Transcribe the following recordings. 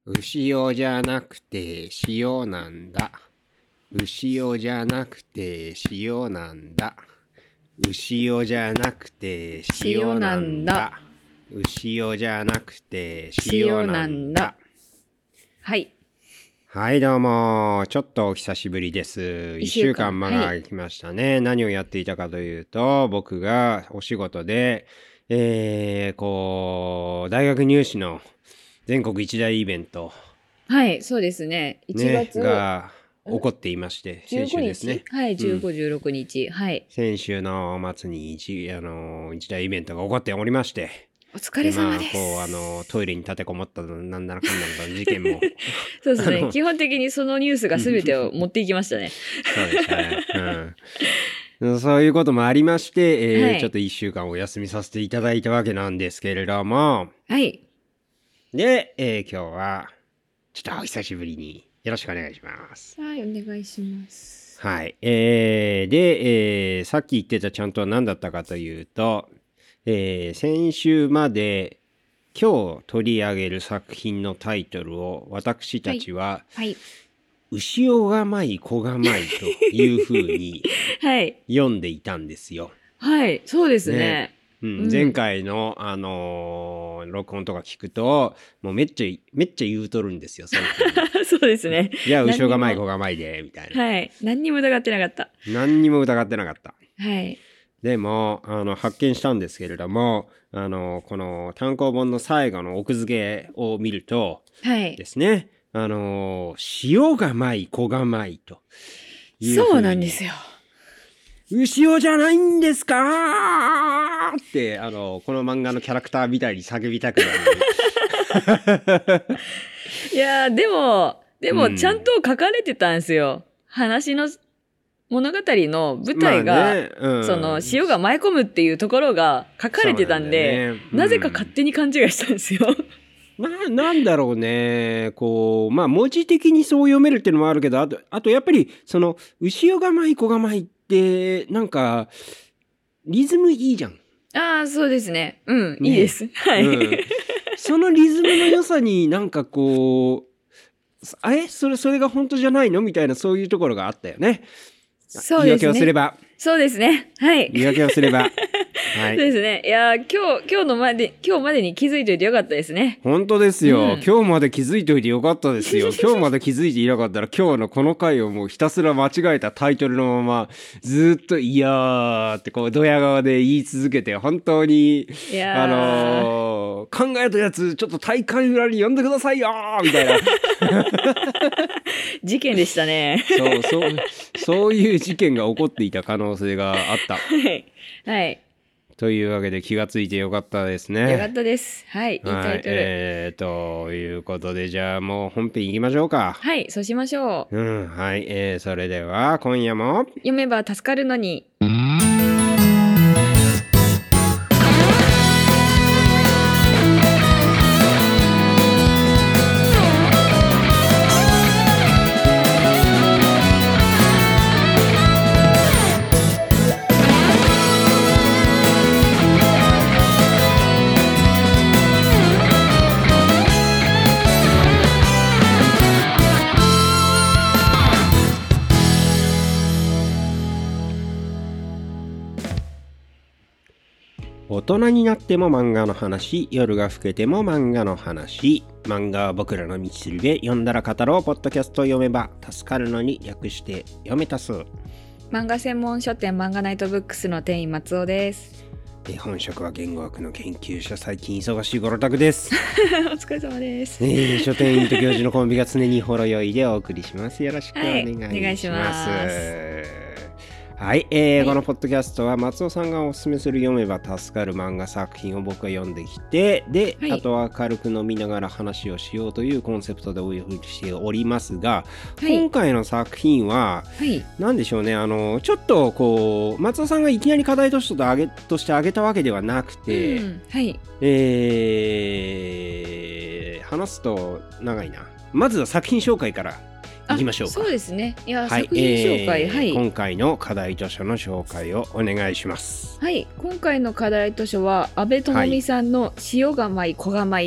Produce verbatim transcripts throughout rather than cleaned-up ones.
牛尾じゃなくて塩なんだ。牛尾じゃなくて塩なんだ。牛尾じゃなくて塩なんだ。牛尾じゃなくて塩なんだ。 はい。 はい、どうも。ちょっとお久しぶりです。一週間間が空きましたね、はい。何をやっていたかというと、僕がお仕事で、えー、こう、大学入試の全国一大イベント。 はい、そうですね。いちがつ、 ね、が起こっていまして、先週ですね。 はい、じゅうご、じゅうろくにち、はい。 先週の末に一、あの、一大イベントが起こっておりまして。 お疲れ様です。 まあ、こう、あの、トイレに立てこもったなんだらかんだの事件も。 そうですね。基本的にそのニュースが全てを持っていきましたね。 そうでしたね。うん。そういうこともありまして、えーはい、ちょっと一週間お休みさせていただいたわけなんですけれども。 はい。 で、えー、今日は、ちょっとお久しぶりによろしくお願いします。 はい、お願いします。 はい。えー、で、えー、さっき言ってたちゃんとは何だったかというと、えー、先週まで今日取り上げる作品のタイトルを私たちは、はいはい、牛尾がまい子がまいというふうに読んでいたんですよ。 はい、そうですね。ねうん、前回の、あのー、録音とか聞くともうめっちゃめっちゃ言うとるんですよ。 そうそうですね。 じゃあ牛尾がまい子がまいでみたいな。 はい。何にも疑ってなかった。 何にも疑ってなかった。 はい。 でもあの発見したんですけれども、あのこの単行本の最後の奥付けを見ると、 はい、 ですね、あの塩がまい子がまいという。 そうなんですよ。 牛尾じゃないんですかーってあのこの漫画のキャラクターみたいに叫びたくなる。 いやでもでもちゃんと書かれてたんですよ、うん、話の物語の舞台が、まあね、うん、その塩が舞い込むっていうところが書かれてたんで、な、ねうん、なぜか勝手に勘違いしたんですよ。 まあなんだろうね、こうまあ文字的にそう読めるっていうのもあるけど、あとあとやっぱりその牛尾が舞子が舞ってなんかリズムいいじゃん。 ああそうですね。うん、ね、いいです。はい、うん。 そのリズムの良さになんかこうあれそれそれが本当じゃないのみたいなそういうところがあったよね。 そうですね。 言い訳をすれば。 そうですね。はい。 言い訳をすれば。 はい、そうですね。いや今日今日のまで今日までに気づいておいてよかったですね。 本当ですよ、うん、今日まで気づいておいてよかったですよ。今日まで気づいていなかったら今日のこの回をもうひたすら間違えたタイトルのままずっといやーってこうドヤ顔で言い続けて本当にあのー、考えたやつちょっと大会裏に呼んでくださいよーみたいな事件でしたね。 そうそうそういう事件が起こっていた可能性があった。 はいはいというわけで気がついてよかったですね。 よかったです。はい。いいタイトル。 えー、ということでじゃあもう本編いきましょうか。 はい、そうしましょう。うん、はい、えー、それでは今夜も読めば助かるのに。 大人になっても漫画の話、夜が更けても漫画の話、漫画は僕らの道しるべ、読んだら語ろうポッドキャスト読めば助かるのに略して読めたす。 漫画専門書店漫画ナイトブックスの店員松尾です。 え本職は言語学の研究者、最近忙しいゴロタクです。 お疲れ様です。 えー、書店員と教授のコンビが常にほろ酔いでお送りします。よろしくお願いします。はい、お願いします。はい、えーはい、このポッドキャストは松尾さんがおすすめする読めば助かる漫画作品を僕が読んできてで、はい、あとは軽く飲みながら話をしようというコンセプトでお送りしておりますが、はい、今回の作品は、はい、何でしょうね、あのちょっとこう松尾さんがいきなり課題として挙げとして挙げたわけではなくて、うんはい、えー、話すと長いな。まずは作品紹介からいきましょうか。 そうですね。いや、はい、作品紹介、 えーはい、 今回の課題図書の紹介をお願いします。 はい、今回の課題図書は阿部智美さんの塩が舞子が舞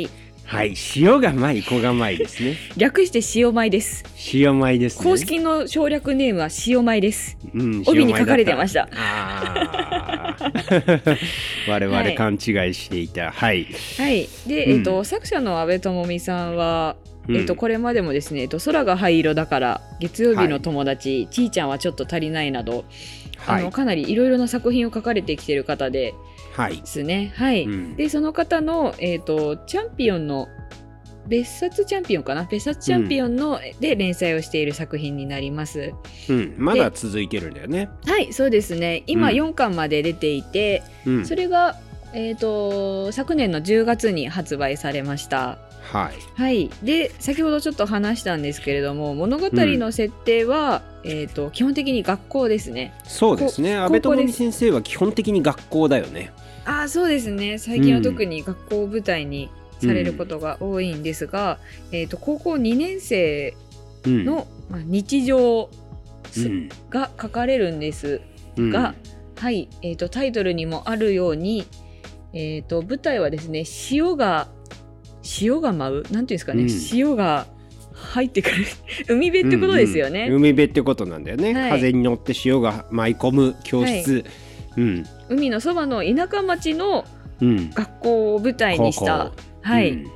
はい、塩が舞子が舞ですね。 略して塩舞です。 塩舞ですね。 公式の省略ネームは塩舞です。うん、帯に書かれてました。 あ我々勘違いしていた。はい。 はい。で、えっと、うん、作者の阿部智美さんは、えっと、これまでもですね、えっと、空が灰色だから月曜日の友達、はい、ちーちゃんはちょっと足りないなど、はい、あのかなりいろいろな作品を書かれてきている方で、はい、ですね。はい。うん、でその方の、えーと、チャンピオンの別冊チャンピオンかな別冊チャンピオンの、うん、で連載をしている作品になります。 うん、まだ続いてるんだよね。 はいそうですね。今よんかんまで出ていて、うん、それが、えーと、昨年のじゅうがつに発売されました。 はい、 はい、で先ほどちょっと話したんですけれども物語の設定は、うんえーと、基本的に学校ですね。 そうですね。阿部智美先生は基本的に学校だよね。 あそうですね。最近は特に学校を舞台にされることが多いんですが、うんえーと、高校にねん生の、うんまあ、日常、うん、が書かれるんですが、うんはいえーと、タイトルにもあるように、えーと、舞台はですね潮が潮が舞うなんていうんですかね、うん、潮が入ってくる海辺ってことですよね、 うんうん、海辺ってことなんだよね、はい、風に乗って潮が舞い込む教室、はいうん、 海のそばの田舎町の学校を舞台にした、うんはいうん、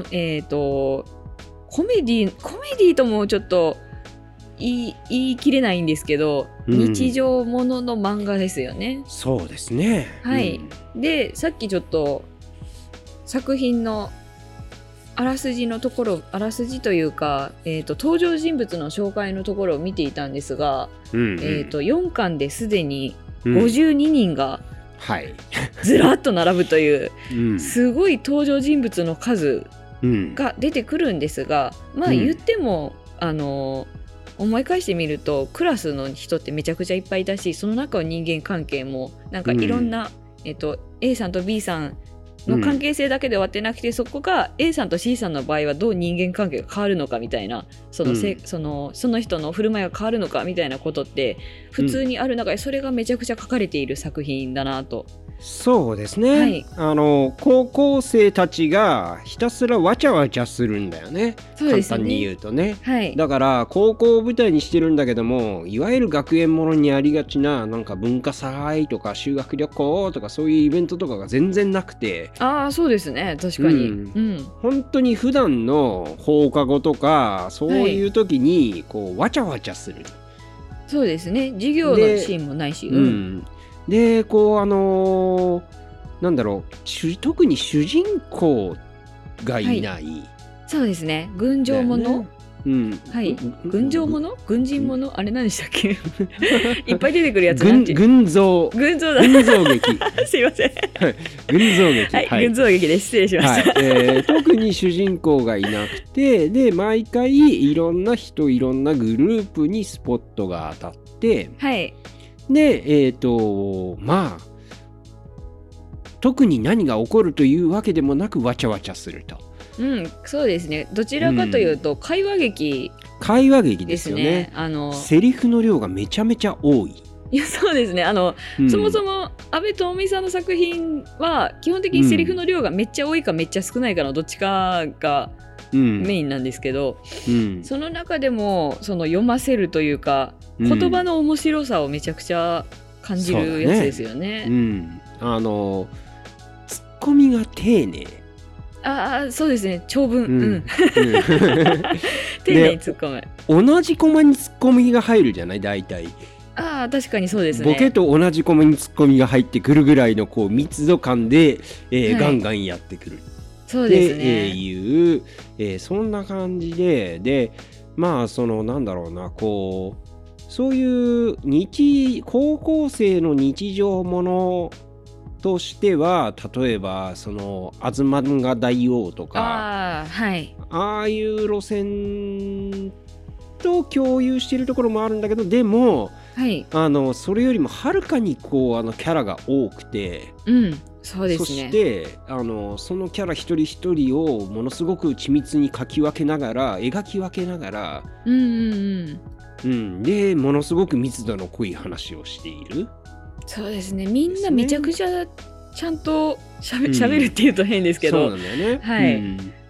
えーとコメディコメディともちょっと言い、言い切れないんですけど、うん、日常ものの漫画ですよね。 そうですね、 はい、うん、でさっきちょっと作品のあらすじのところあらすじというか、えーと、登場人物の紹介のところを見ていたんですが、うんうんえーと、よんかんですでにごじゅうににんがずらっと並ぶという、うん、すごい登場人物の数が出てくるんですが、うん、まあ言っても、うん、あの思い返してみるとクラスの人ってめちゃくちゃいっぱいいたしその中の人間関係もなんかいろんな、うんえーと、A さんと B さんの関係性だけで終わってなくて、うん、そこが A さんと C さんの場合はどう人間関係が変わるのかみたいなその、うん、その、その人の振る舞いが変わるのかみたいなことって普通にある中でそれがめちゃくちゃ書かれている作品だなと。 そうですね、はい、あの高校生たちがひたすらわちゃわちゃするんだよね。そうですね、簡単に言うとね、はい、だから高校を舞台にしてるんだけどもいわゆる学園ものにありがちななんか文化祭とか修学旅行とかそういうイベントとかが全然なくてああそうですね確かに、うんうん、 本当に普段の放課後とかそういう時にこうわちゃわちゃする、はい、 そうですね授業のシーンもないし、うんうんでこうあのー、なんだろう特に主人公がいない、はい、 そうですね群青もの、ねうんはい、群青もの軍人ものあれ何でしたっけいっぱい出てくるやつなんて群像群像だ群像劇すいません群像劇はい、はい、群像劇です失礼しました、 はいえー、特に主人公がいなくてで毎回いろんな人いろんなグループにスポットが当たってはいでえっ、ー、とまあ特に何が起こるというわけでもなくわちゃわちゃするとうんそうですねどちらかというと会話劇、 うん、会話劇ですよねあのセリフの量がめちゃめちゃ多いいやそうですねあの、うん、そもそも阿部智美さんの作品は基本的にセリフの量がめっちゃ多いかめっちゃ少ないかのどっちかがメインなんですけど、うん、その中でもその読ませるというか言葉の面白さをめちゃくちゃ感じるやつですよね。 うん、あのツッコミが丁寧ああそうですね長文、うんうん、丁寧にツッコむ同じコマにツッコミが入るじゃない大体ああ確かにそうですねボケと同じコマにツッコミが入ってくるぐらいのこう密度感で、えーはい、ガンガンやってくるそうですね、 えー、いう、えー、そんな感じででまあそのなんだろうなこうそういう日高校生の日常ものとしては例えばそのあずまんが大王とかあ,、はい、 ああいう路線と共有しているところもあるんだけどでも、はい、あのそれよりもはるかにこうあのキャラが多くて、 うんそうですね、 そしてあのそのキャラ一人一人をものすごく緻密に描き分けながら描き分けながら、 うんうんうんうん、でものすごく密度の濃い話をしている。 そうですねみんなめちゃくちゃちゃんとしゃべ、うん、るっていうと変ですけどそうなんだよね、 はい、 うん、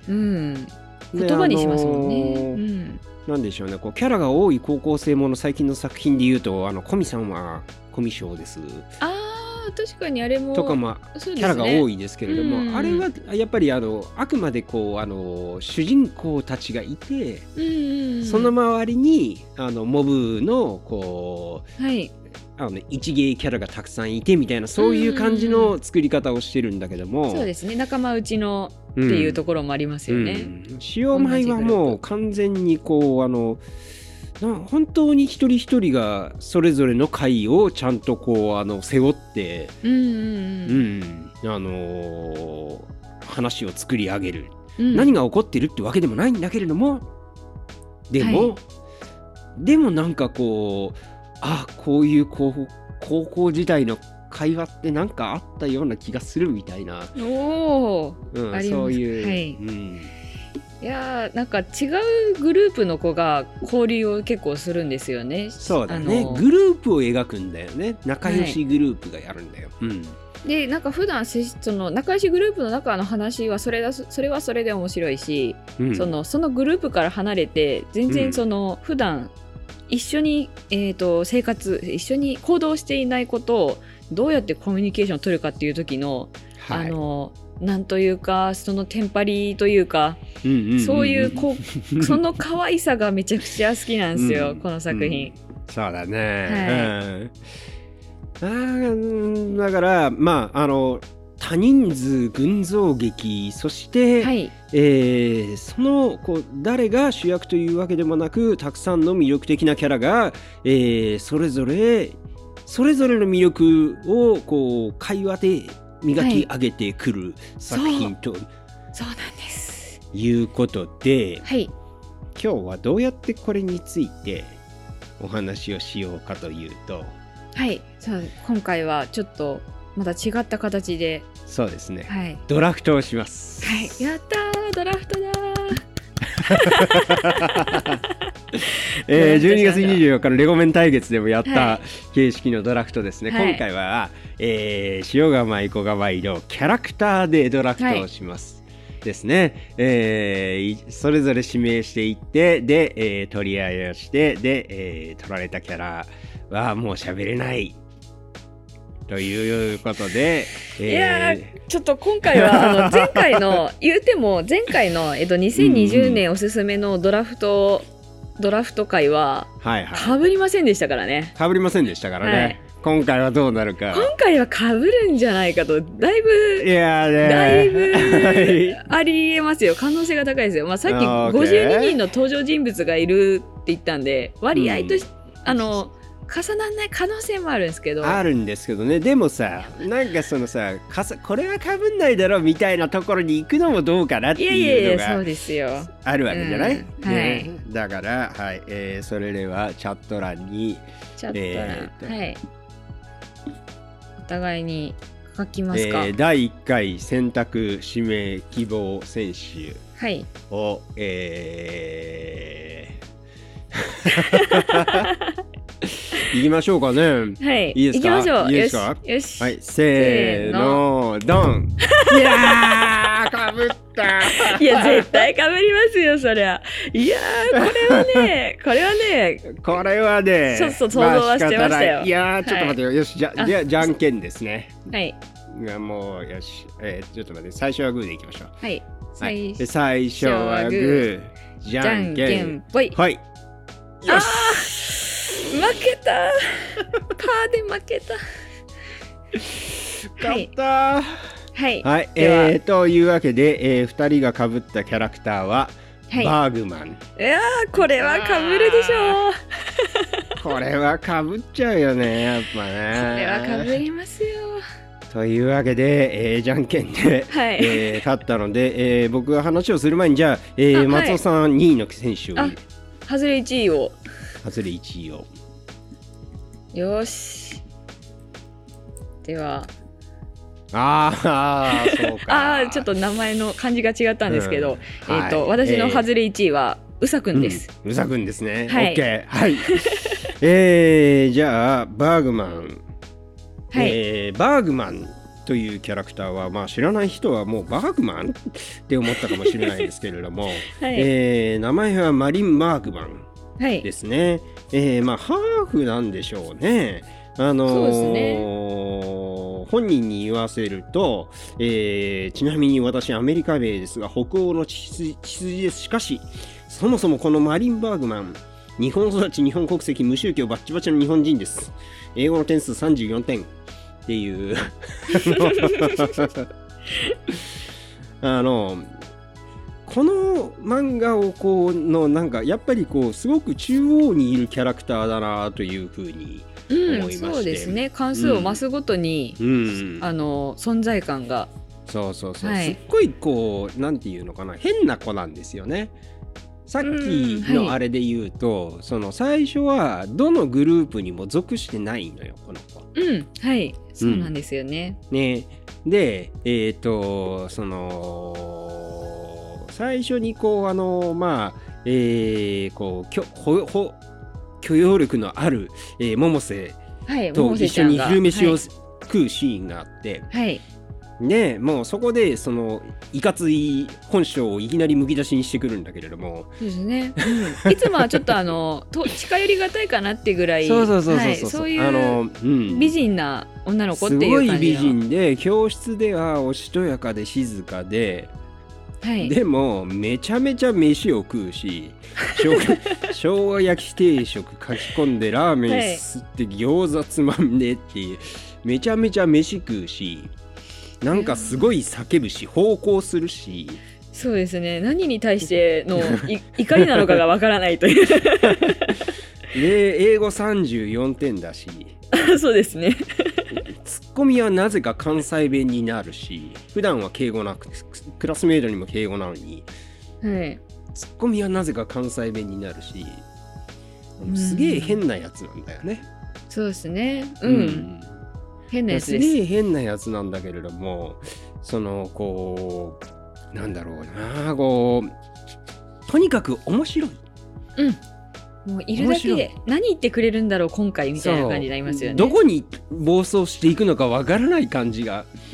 うん、言葉にしますもんね。あのーうんなんでしょうね、こうキャラが多い高校生もの最近の作品でいうと、あのコミさんはコミ賞です。 あー確かにあれもとかも、ね、キャラが多いですけれども、うんうん、あれはやっぱりあのあくまでこうあの主人公たちがいて、うんうん、その周りにあのモブのこう、はい、あの一芸キャラがたくさんいてみたいな、そういう感じの作り方をしてるんだけども、 うんうん、そうですね、仲間内のっていうところもありますよね。 うんうん、塩米はもう完全にこうあのな本当に一人一人がそれぞれの回をちゃんとこうあの背負って、うんうんうんうん、あのー、話を作り上げる、うん、何が起こってるってわけでもないんだけれども、でも、はい、でもなんかこうあこういう高校時代の会話ってなんかあったような気がするみたいな、お、うん、そういう、はい、うん、 いやなんか違うグループの子が交流を結構するんですよね。 そうだね、グループを描くんだよね、仲良しグループがやるんだよ、はい、うん、 でなんか普段その仲良しグループの中の話はそれだそれはそれで面白いし、うん、そのそのグループから離れて全然その、うん、普段一緒に、えーと、生活一緒に行動していないことをどうやってコミュニケーションを取るかっていう時の、はい、あのなんというかそのテンパリというか、うんうんうんうん、そういうこその可愛さがめちゃくちゃ好きなんですよ、うん、この作品、うん、 そうだね、はい、うん、あだからまああの多人数群像劇、そして、はい、えー、そのこう誰が主役というわけでもなく、たくさんの魅力的なキャラが、えー、それぞれそれぞれの魅力をこう会話で磨き上げてくる作品と、はい、 そう、そうなんですいうことで、 はい、 今日はどうやってこれについてお話をしようかというと、 はい、そう今回はちょっとまた違った形で、 そうですね、はい、ドラフトをします。 はい、やったー、ドラフトだえー、じゅうにがつにじゅうよっかのレゴメン対決でもやった形式のドラフトですね、はい、今回は、えー、塩釜いこがワイのキャラクターでドラフトをします、はい、ですね、えー、それぞれ指名していって、で、えー、取り合いをして、で、えー、取られたキャラはもう喋れないということで、えー、いやちょっと今回はあの前回の言うても前回の、えっと、にせんにじゅうねんおすすめのドラフト、うん、ドラフト回はかぶりませんでしたからね。 かぶりませんでしたからね、はい、今回はどうなるか。 今回はかぶるんじゃないかとだいぶいや、ね、 だいぶありえますよ。可能性が高いですよ、まあ、さっきごじゅうににんの登場人物がいるって言ったんで割合とし、うん、あの重ならない可能性もあるんですけどあるんですけどね。でもさ、なんかそのさかさこれはかぶんないだろうみたいなところに行くのもどうかなっていうのがあるわけじゃない？いやいやいやそうですよ、ね、はい、だから、はいえー、それではチャット欄にチャット欄、えー、はいお互いに書きますか、 えー、だいいっかい選択指名希望選手を、はい、えー行きましょうかね。 はい。 いいですか？ 行きましょう。 いいですか？ よし。 はい。せーの、ドン。いやー、かぶった。 いや、絶対かぶりますよ、そりゃ。いやー、これはね、これはね、 これはね、 ちょっと想像はしてましたよ。 まあ、いやー、ちょっと待ってよ。はい、よし、じゃ、じゃ、じゃんけんですね。 はい。 いや、もう、よし。えー、ちょっと待って、最初はグーでいきましょう。 はい。 はい、で最初はグー、じゃんけんぽい。 はい。よし。負けたパーで負けた勝ったはい、 はいえー、というわけで、えー、ふたりが被ったキャラクターは、はい、バーグマン。 いやーこれは被るでしょうこれは被っちゃうよねやっぱね。これは被りますよ。 というわけで、えー、じゃんけんで、はいえー、勝ったので、えー、僕が話をする前にじゃあ、えー、あ松尾さんにいの選手をあ外れいちいを外れいちいをよしではああそうかあちょっと名前の漢字が違ったんですけど、うんえーとはい、私の外れいちいはうさくんです、 うん、うさくんですね、はい、OK はいえー、じゃあバーグマン、はいえー、バーグマンというキャラクターは、まあ、知らない人はもうバーグマンって思ったかもしれないですけれども、はいえー、名前はマリン・バーグマンですね、はいえーまあ、ハーフなんでしょうね。あのーそうですね、本人に言わせると、えー、ちなみに私アメリカ名ですが北欧の血筋です。しかしそもそもこのマリン・バーグマン日本育ち日本国籍無宗教バッチバチの日本人です。英語の点数さんじゅうよんてんっていうあのこの漫画をこうのなんかやっぱりこうすごく中央にいるキャラクターだなというふうに思いまして、 うん、そうですね関数を増すごとに、うん、あの存在感がそうそうそう、はい、すっごいこうなんていうのかな変な子なんですよね。さっきのあれで言うと、うんはい、その最初はどのグループにも属してないのよこの子。 うんはいそうなんですよね。 うん、ねでえっ、ー、とその最初にこうあのまあえー、こうきょほほ許容力のある、えー、百瀬と一緒に昼飯を食うシーンがあって、はい、でもうそこでそのいかつい本性をいきなりむき出しにしてくるんだけれどもそうですね、うん、いつもはちょっとあのと近寄りがたいかなってぐらいそうそうそうそうそう、そういうあの、うん、美人な女の子っていう感じのすごい美人で教室ではおしとやかで静かではい、でもめちゃめちゃ飯を食うし生姜焼き定食書き込んでラーメンすって餃子つまんでっていうめちゃめちゃ飯食うしなんかすごい叫ぶし奉公するしそうですね何に対しての怒りなのかがわからないというで英語さんじゅうよんてんだしそうですねツッコミはなぜか関西弁になるし普段は敬語なくクラスメートにも敬語なのに、はい、ツッコミはなぜか関西弁になるしすげえ変なやつなんだよね。 そうですねうん、うん、変なやつです。 すげえ変なやつなんだけれどもそのこうなんだろうなこうとにかく面白い。 うんもういるだけで何言ってくれるんだろう今回みたいな感じになりますよね。 どこに暴走していくのかわからない感じが、うん、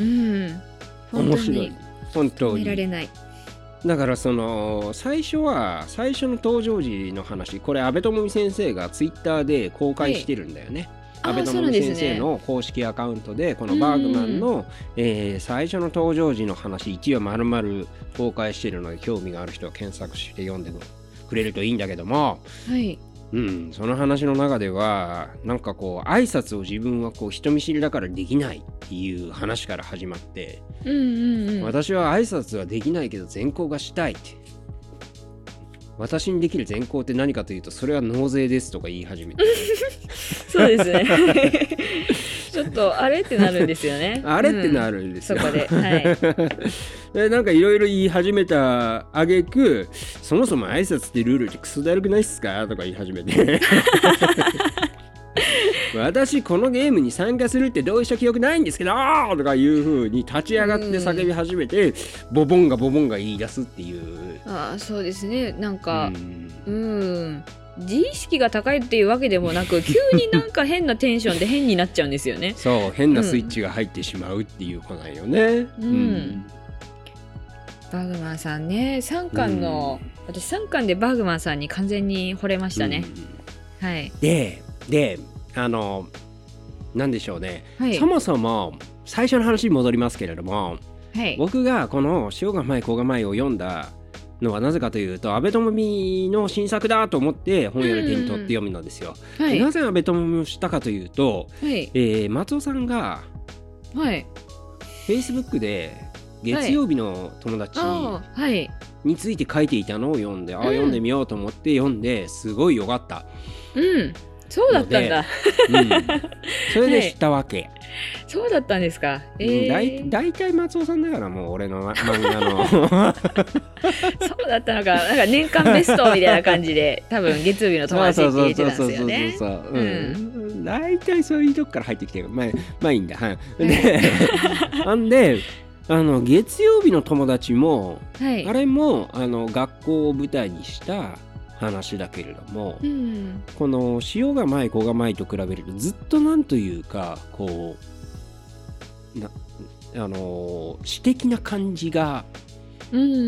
面白い本当に止められない。 だからその最初は最初の登場時の話これ安部智美先生がツイッターで公開してるんだよね。安部智美先生の公式アカウントでこのバーグマンの、えー、最初の登場時の話いちわ丸々公開してるので興味がある人は検索して読んでくれるといいんだけども、はいうん、その話の中ではなんかこう挨拶を自分はこう人見知りだからできないっていう話から始まって、うんうんうん、私は挨拶はできないけど善行がしたいって私にできる善行って何かというとそれは納税ですとか言い始めてそうですねちょっとあれってなるんですよねあれってなるんですよ、 うん、そこで、はいでなんかいろいろ言い始めた挙句そもそも挨拶ってルールってクソだるくないっすかとか言い始めて私このゲームに参加するって同意した記憶ないんですけどとかいう風に立ち上がって叫び始めて、うん、ボボンガボボンガ言い出すっていうああそうですねなんかうん、うん自意識が高いっていうわけでもなく急になんか変なテンションで変になっちゃうんですよねそう変なスイッチが入ってしまうっていう子なんよね、うんうん、 バーグマンさんねさんかんの、うん、私さんかんでバーグマンさんに完全に惚れましたね、うん、はいでであのなんでしょうね、はい、そもそも最初の話に戻りますけれども、はい、僕がこの塩が前子が前を読んだのはなぜかというと安部智美の新作だと思って本屋で手に取って読むのですよ、はい、なぜ安部智美を知ったかというと、はいえー、松尾さんが、はい、Facebook で月曜日の友達について書いていたのを読んで、はい、あ読んでみようと思って読んですごいよかった、 うんそうだったんだ、うん、 それで知ったわけ、はい、 そうだったんですか、えー、 だい大体松尾さんだからもう俺の漫画のそうだったのかなんか年間ベストみたいな感じで多分月曜日の友達って入れてたんですよね大体そういうとこから入ってきてるまあ、まあいいんだ、はい、でなんであの月曜日の友達も、はい、あれもあの学校を舞台にした話だけれども、うん、この塩が前子が前と比べるとずっとなんというかこう な, あの詩的な感じが、 うん、うん、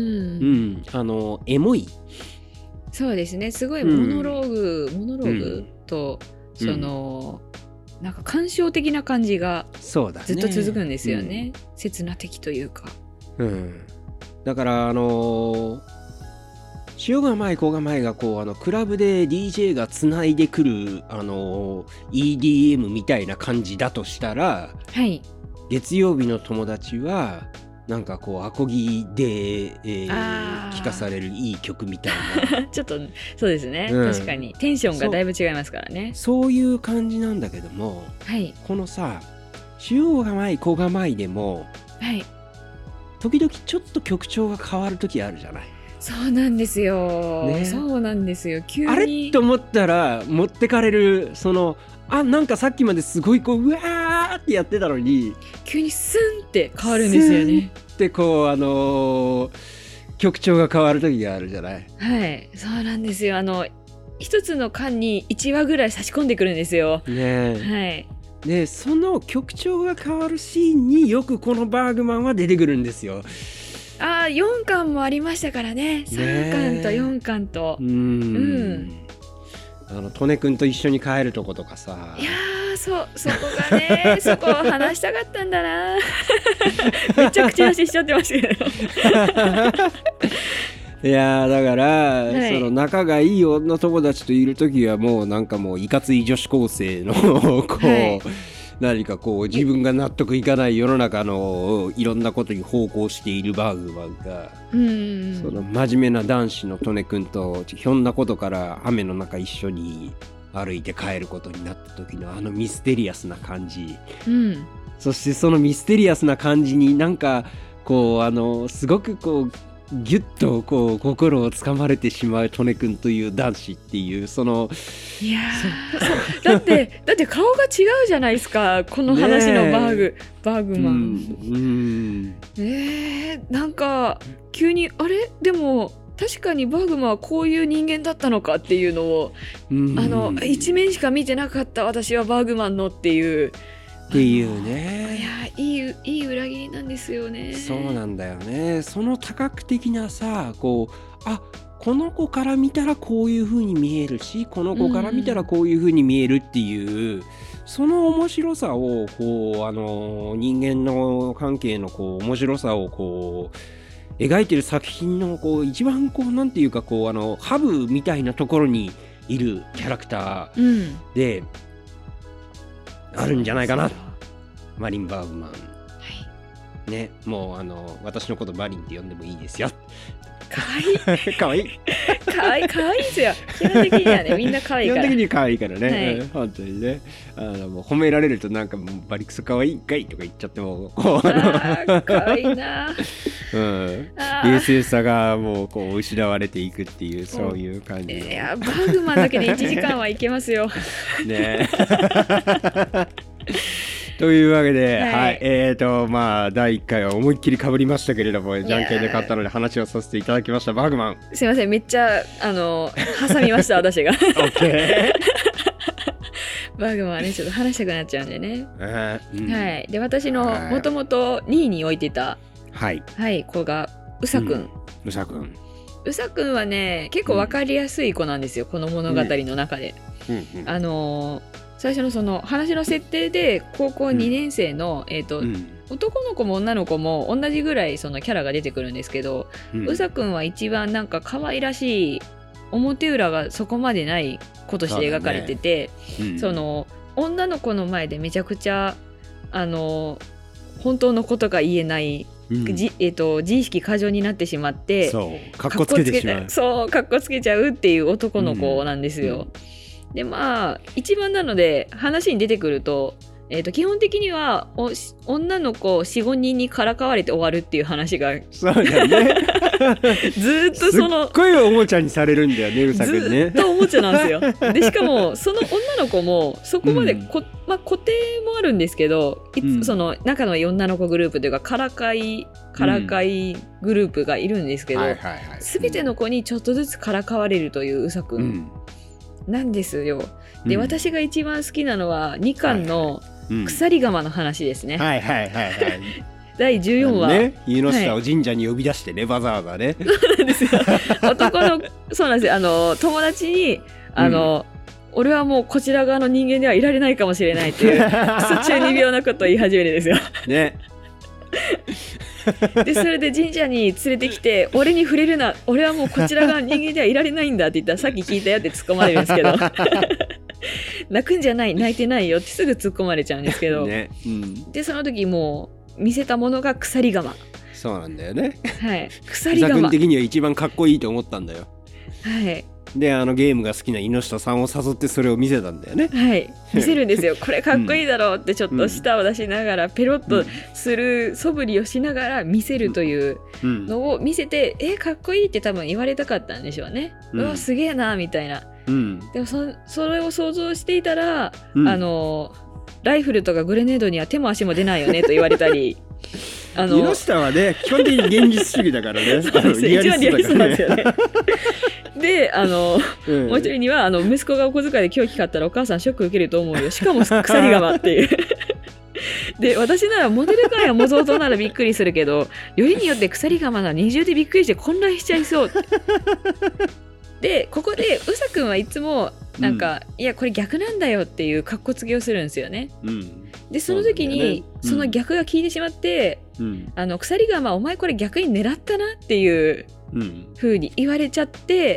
あのエモい。 そうですね、すごいモノローグ、うん、モノローグと、うん、その、うん、なんか感傷的な感じがずっと続くんですよね。うん、刹那的というか。 うん、だからあのー、塩が前子が前がこうあのクラブで ディージェー がつないでくる、あのー、イーディーエム みたいな感じだとしたら、 はい、 月曜日の友達はなんかこうアコギで、えー、聴かされるいい曲みたいなちょっとそうですね、うん、確かにテンションがだいぶ違いますからね。 そ, そういう感じなんだけども、 はい、 このさ塩が前子が前でも、 はい、 時々ちょっと曲調が変わる時あるじゃない。 そうなんですよ、ね、そうなんですよ。急にあれと思ったら持ってかれる、そのあなんかさっきまですごいこううわーってやってたのに急にスンって変わるんですよね。 スンってこうあのー、曲調が変わる時があるじゃない。 はい、そうなんですよ。あの一つの間にいちわぐらい差し込んでくるんですよ。 ね、はい、でその曲調が変わるシーンによくこのバーグマンは出てくるんですよ。 あーよんかんもありましたからね。さんかんとよんかんと、 うん、うんあのトネ君と一緒に帰るとことかさ。 いやー そ, そこがねそこを話したかったんだなめっちゃ口出ししちゃってますけどいやだから、 はい、 その仲がいい女友達といるときはもうなんかもういかつい女子高生のこう、はい、何かこう自分が納得いかない世の中のいろんなことに奉公しているバーグマンが、 うんその真面目な男子のトネ君とひょんなことから雨の中一緒に歩いて帰ることになった時のあのミステリアスな感じ、 うん、 そしてそのミステリアスな感じになんかこうあのすごくこうギュッとこう心をつかまれてしまうトネ君という男子っていうそのいやだってだって顔が違うじゃないですかこの話のバーグ、バーグマン、 うんうん、 えー、なんか急にあれでも確かにバーグマンはこういう人間だったのかっていうのを、うん、あの一面しか見てなかった私はバーグマンのっていうっていうね。 いやいい、いい裏切りなんですよね。 そうなんだよね。その多角的なさこうあこの子から見たらこういう風に見えるしこの子から見たらこういう風に見えるっていう、うん、その面白さをこうあの人間の関係のこう面白さをこう描いてる作品のこう一番こうなんていうかこうあのハブみたいなところにいるキャラクターで、うんあるんじゃないかな。マリン・バーグマン、はい、ね、もうあの私のことマリンって呼んでもいいですよ。 かわいいかわいいかわいいかわいいですよ。基本的にはねみんなかわいいから。 基本的にかわいいからね、はい、本当にねあのもう褒められるとなんかもうバリクソかわいいんかいとか言っちゃってもこうああかわいいな、 うん、冷静さがもうこう失われていくっていうそういう感じ。 いやバーグマンだけでいちじかんはいけますよねというわけで、はい、はい、えーとまあだいいっかいは思いっきり被りましたけれども、じゃんけんで勝ったので話をさせていただきました。バーグマン。 すいません、めっちゃあの挟みました私が。オッケー。 バーグマンはねちょっと話したくなっちゃうんでね。 えーうん、 はい。で私のもともとにいに置いてたはいはい子がうさくん。 うさくん。 うさくんはね結構わかりやすい子なんですよ、うん、この物語の中で。うんうんうん、あのー。最初のその話の設定で高校にねん生の、うんえーとうん、男の子も女の子も同じぐらいそのキャラが出てくるんですけど、うさくんは一番なんか可愛らしい表裏がそこまでない子として描かれてて、そ,、ねうん、その女の子の前でめちゃくちゃあの本当のことが言えない、うんじえーと、自意識過剰になってしまってそうかっこつけてしまうそうかっこつけちゃうっていう男の子なんですよ、うんうんでまあ一番なので話に出てくると、えー、と基本的にはお女の子 よん,ご 人にからかわれて終わるっていう話がそうだねずっとそのすっごいおもちゃにされるんだよねうさくんね。 ずっとおもちゃなんですよ。でしかもその女の子もそこまでこ、うんまあ、固定もあるんですけどいつ、うん、その中の女の子グループというかからかいからかいグループがいるんですけど、すべ、うん、ての子にちょっとずつからかわれるといううさくん、うんなんですよ。で、うん、私が一番好きなのはにかんの鎖釜の話ですね。 はいはいはいはい。 だいじゅうよんわね、湯の下を神社に呼び出してね、はい、わざわざね。 そうなんですよ。男のそうなんですよ。あの友達にあの、うん、俺はもうこちら側の人間ではいられないかもしれないっていう中二病なことを言い始めるんですよ。ね。でそれで神社に連れてきて俺に触れるな、俺はもうこちら側の人間ではいられないんだって言ったらさっき聞いたよって突っ込まれるんですけど泣くんじゃない、泣いてないよってすぐ突っ込まれちゃうんですけど、ね、うん、でその時もう見せたものが鎖釜。 そうなんだよね。 はい、鎖釜。 伊沢君的には一番かっこいいと思ったんだよ。 はい。 であのゲームが好きな猪下さんを誘ってそれを見せたんだよね。 はい見せるんですよ。これかっこいいだろうってちょっと舌を出しながら、うん、ペロッとする素振りをしながら見せるというのを見せて、うん、えかっこいいって多分言われたかったんでしょうね、うん、うわすげえなみたいな、うん、でも そ, それを想像していたら、うん、あのライフルとかグレネードには手も足も出ないよねと言われたりあの猪下はね基本的に現実主義だからね。 そうですね、一番リアリストなんですよね。であの、うん、もう一人にはあの息子がお小遣いで凶器買ったらお母さんショック受けると思うよ、しかも鎖釜っていうで私ならモデルガンや模造刀ならびっくりするけどよりによって鎖釜なら二重でびっくりして混乱しちゃいそうでここでうさくんはいつもなんか、うん、いやこれ逆なんだよっていうカッコつけをするんですよね、うん、でその時に そ,、ね、その逆が効いてしまって、うん、あの鎖釜お前これ逆に狙ったなっていう風に言われちゃって、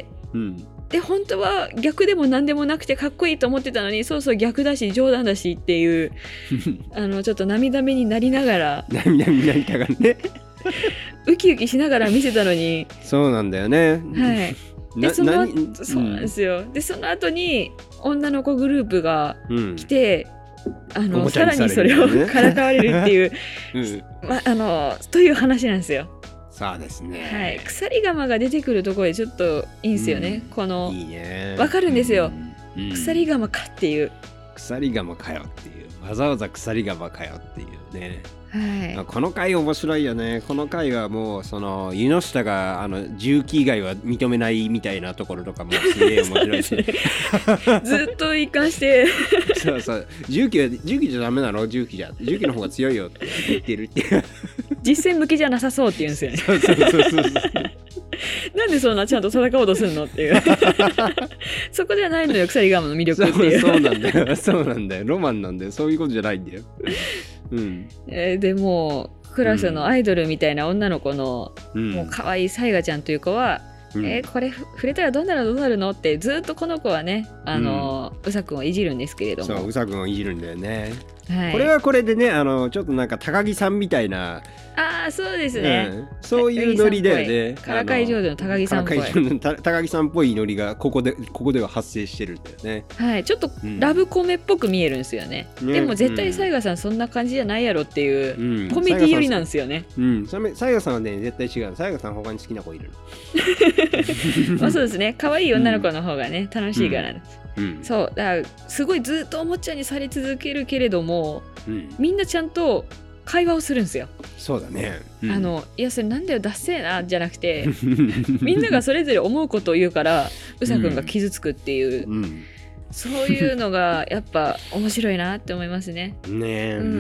うん、で本当は逆でも何でもなくてかっこいいと思ってたのにそうそう逆だし冗談だしっていうあのちょっと涙目になりながら涙目になりたがるねウキウキしながら見せたのにそうなんだよね。 はいでそのそうなんですよ、うん、でその後に女の子グループが来て、うん、あのさらにそれをからかわれるっていう、うんま、あのという話なんですよ。 そうですね、 はい、鎖釜が出てくるところでちょっといいんですよね、うん、このいいねわかるんですよ、うん、鎖釜かっていう鎖釜かよっていうわざわざ鎖釜かよっていうね。 はい、 この回面白いよね。この回はもうその湯の下があの重機以外は認めないみたいなところとかもすげえ面白いし、ね、 ずっと一貫してそうそう重機は重機じゃダメなの、重機じゃ重機の方が強いよって言ってるっていう実践向きじゃなさそうって言うんですよね。 そうそうそうそうなんでそんなちゃんと戦おうとするのっていうそこじゃないのよ鎖釜の魅力っていう。 そう、そうなんだよそうなんだよロマンなんだよ、そういうことじゃないんだようんえー、でもクラスのアイドルみたいな女の子の、うん、もう可愛いさいがちゃんという子は、うん、えー、これ触れたらどうなるのどうなるのってずっとこの子はねあの、うん、うさくんをいじるんですけれども、 そううさくんをいじるんだよね、はい、これはこれでねあのちょっとなんか高木さんみたいなああそうですね、 うん、そういうノリだよね。 からかい上手の高木さんっぽい高木さんっぽいノリがここでここでは発生してるんだよね。 はい、ちょっとラブコメっぽく見えるんですよね、うん、でも絶対さいがさんそんな感じじゃないやろっていう、うん、コメディ寄りなんですよね。 うんさいがさんはね絶対違う。さいがさん他に好きな子いるのまあそうですね、可愛い女の子の方がね、うん、楽しいからです、うんうん、そうだからすごいずっとおもちゃにされ続けるけれども、うん、みんなちゃんと会話をするんですよ。 そうだね、 うん、あのいやそれなんだよダッセーなじゃなくてみんながそれぞれ思うことを言うからうさくんが傷つくっていう、うんうん、そういうのがやっぱ面白いなって思いますね。 ねえ、うん、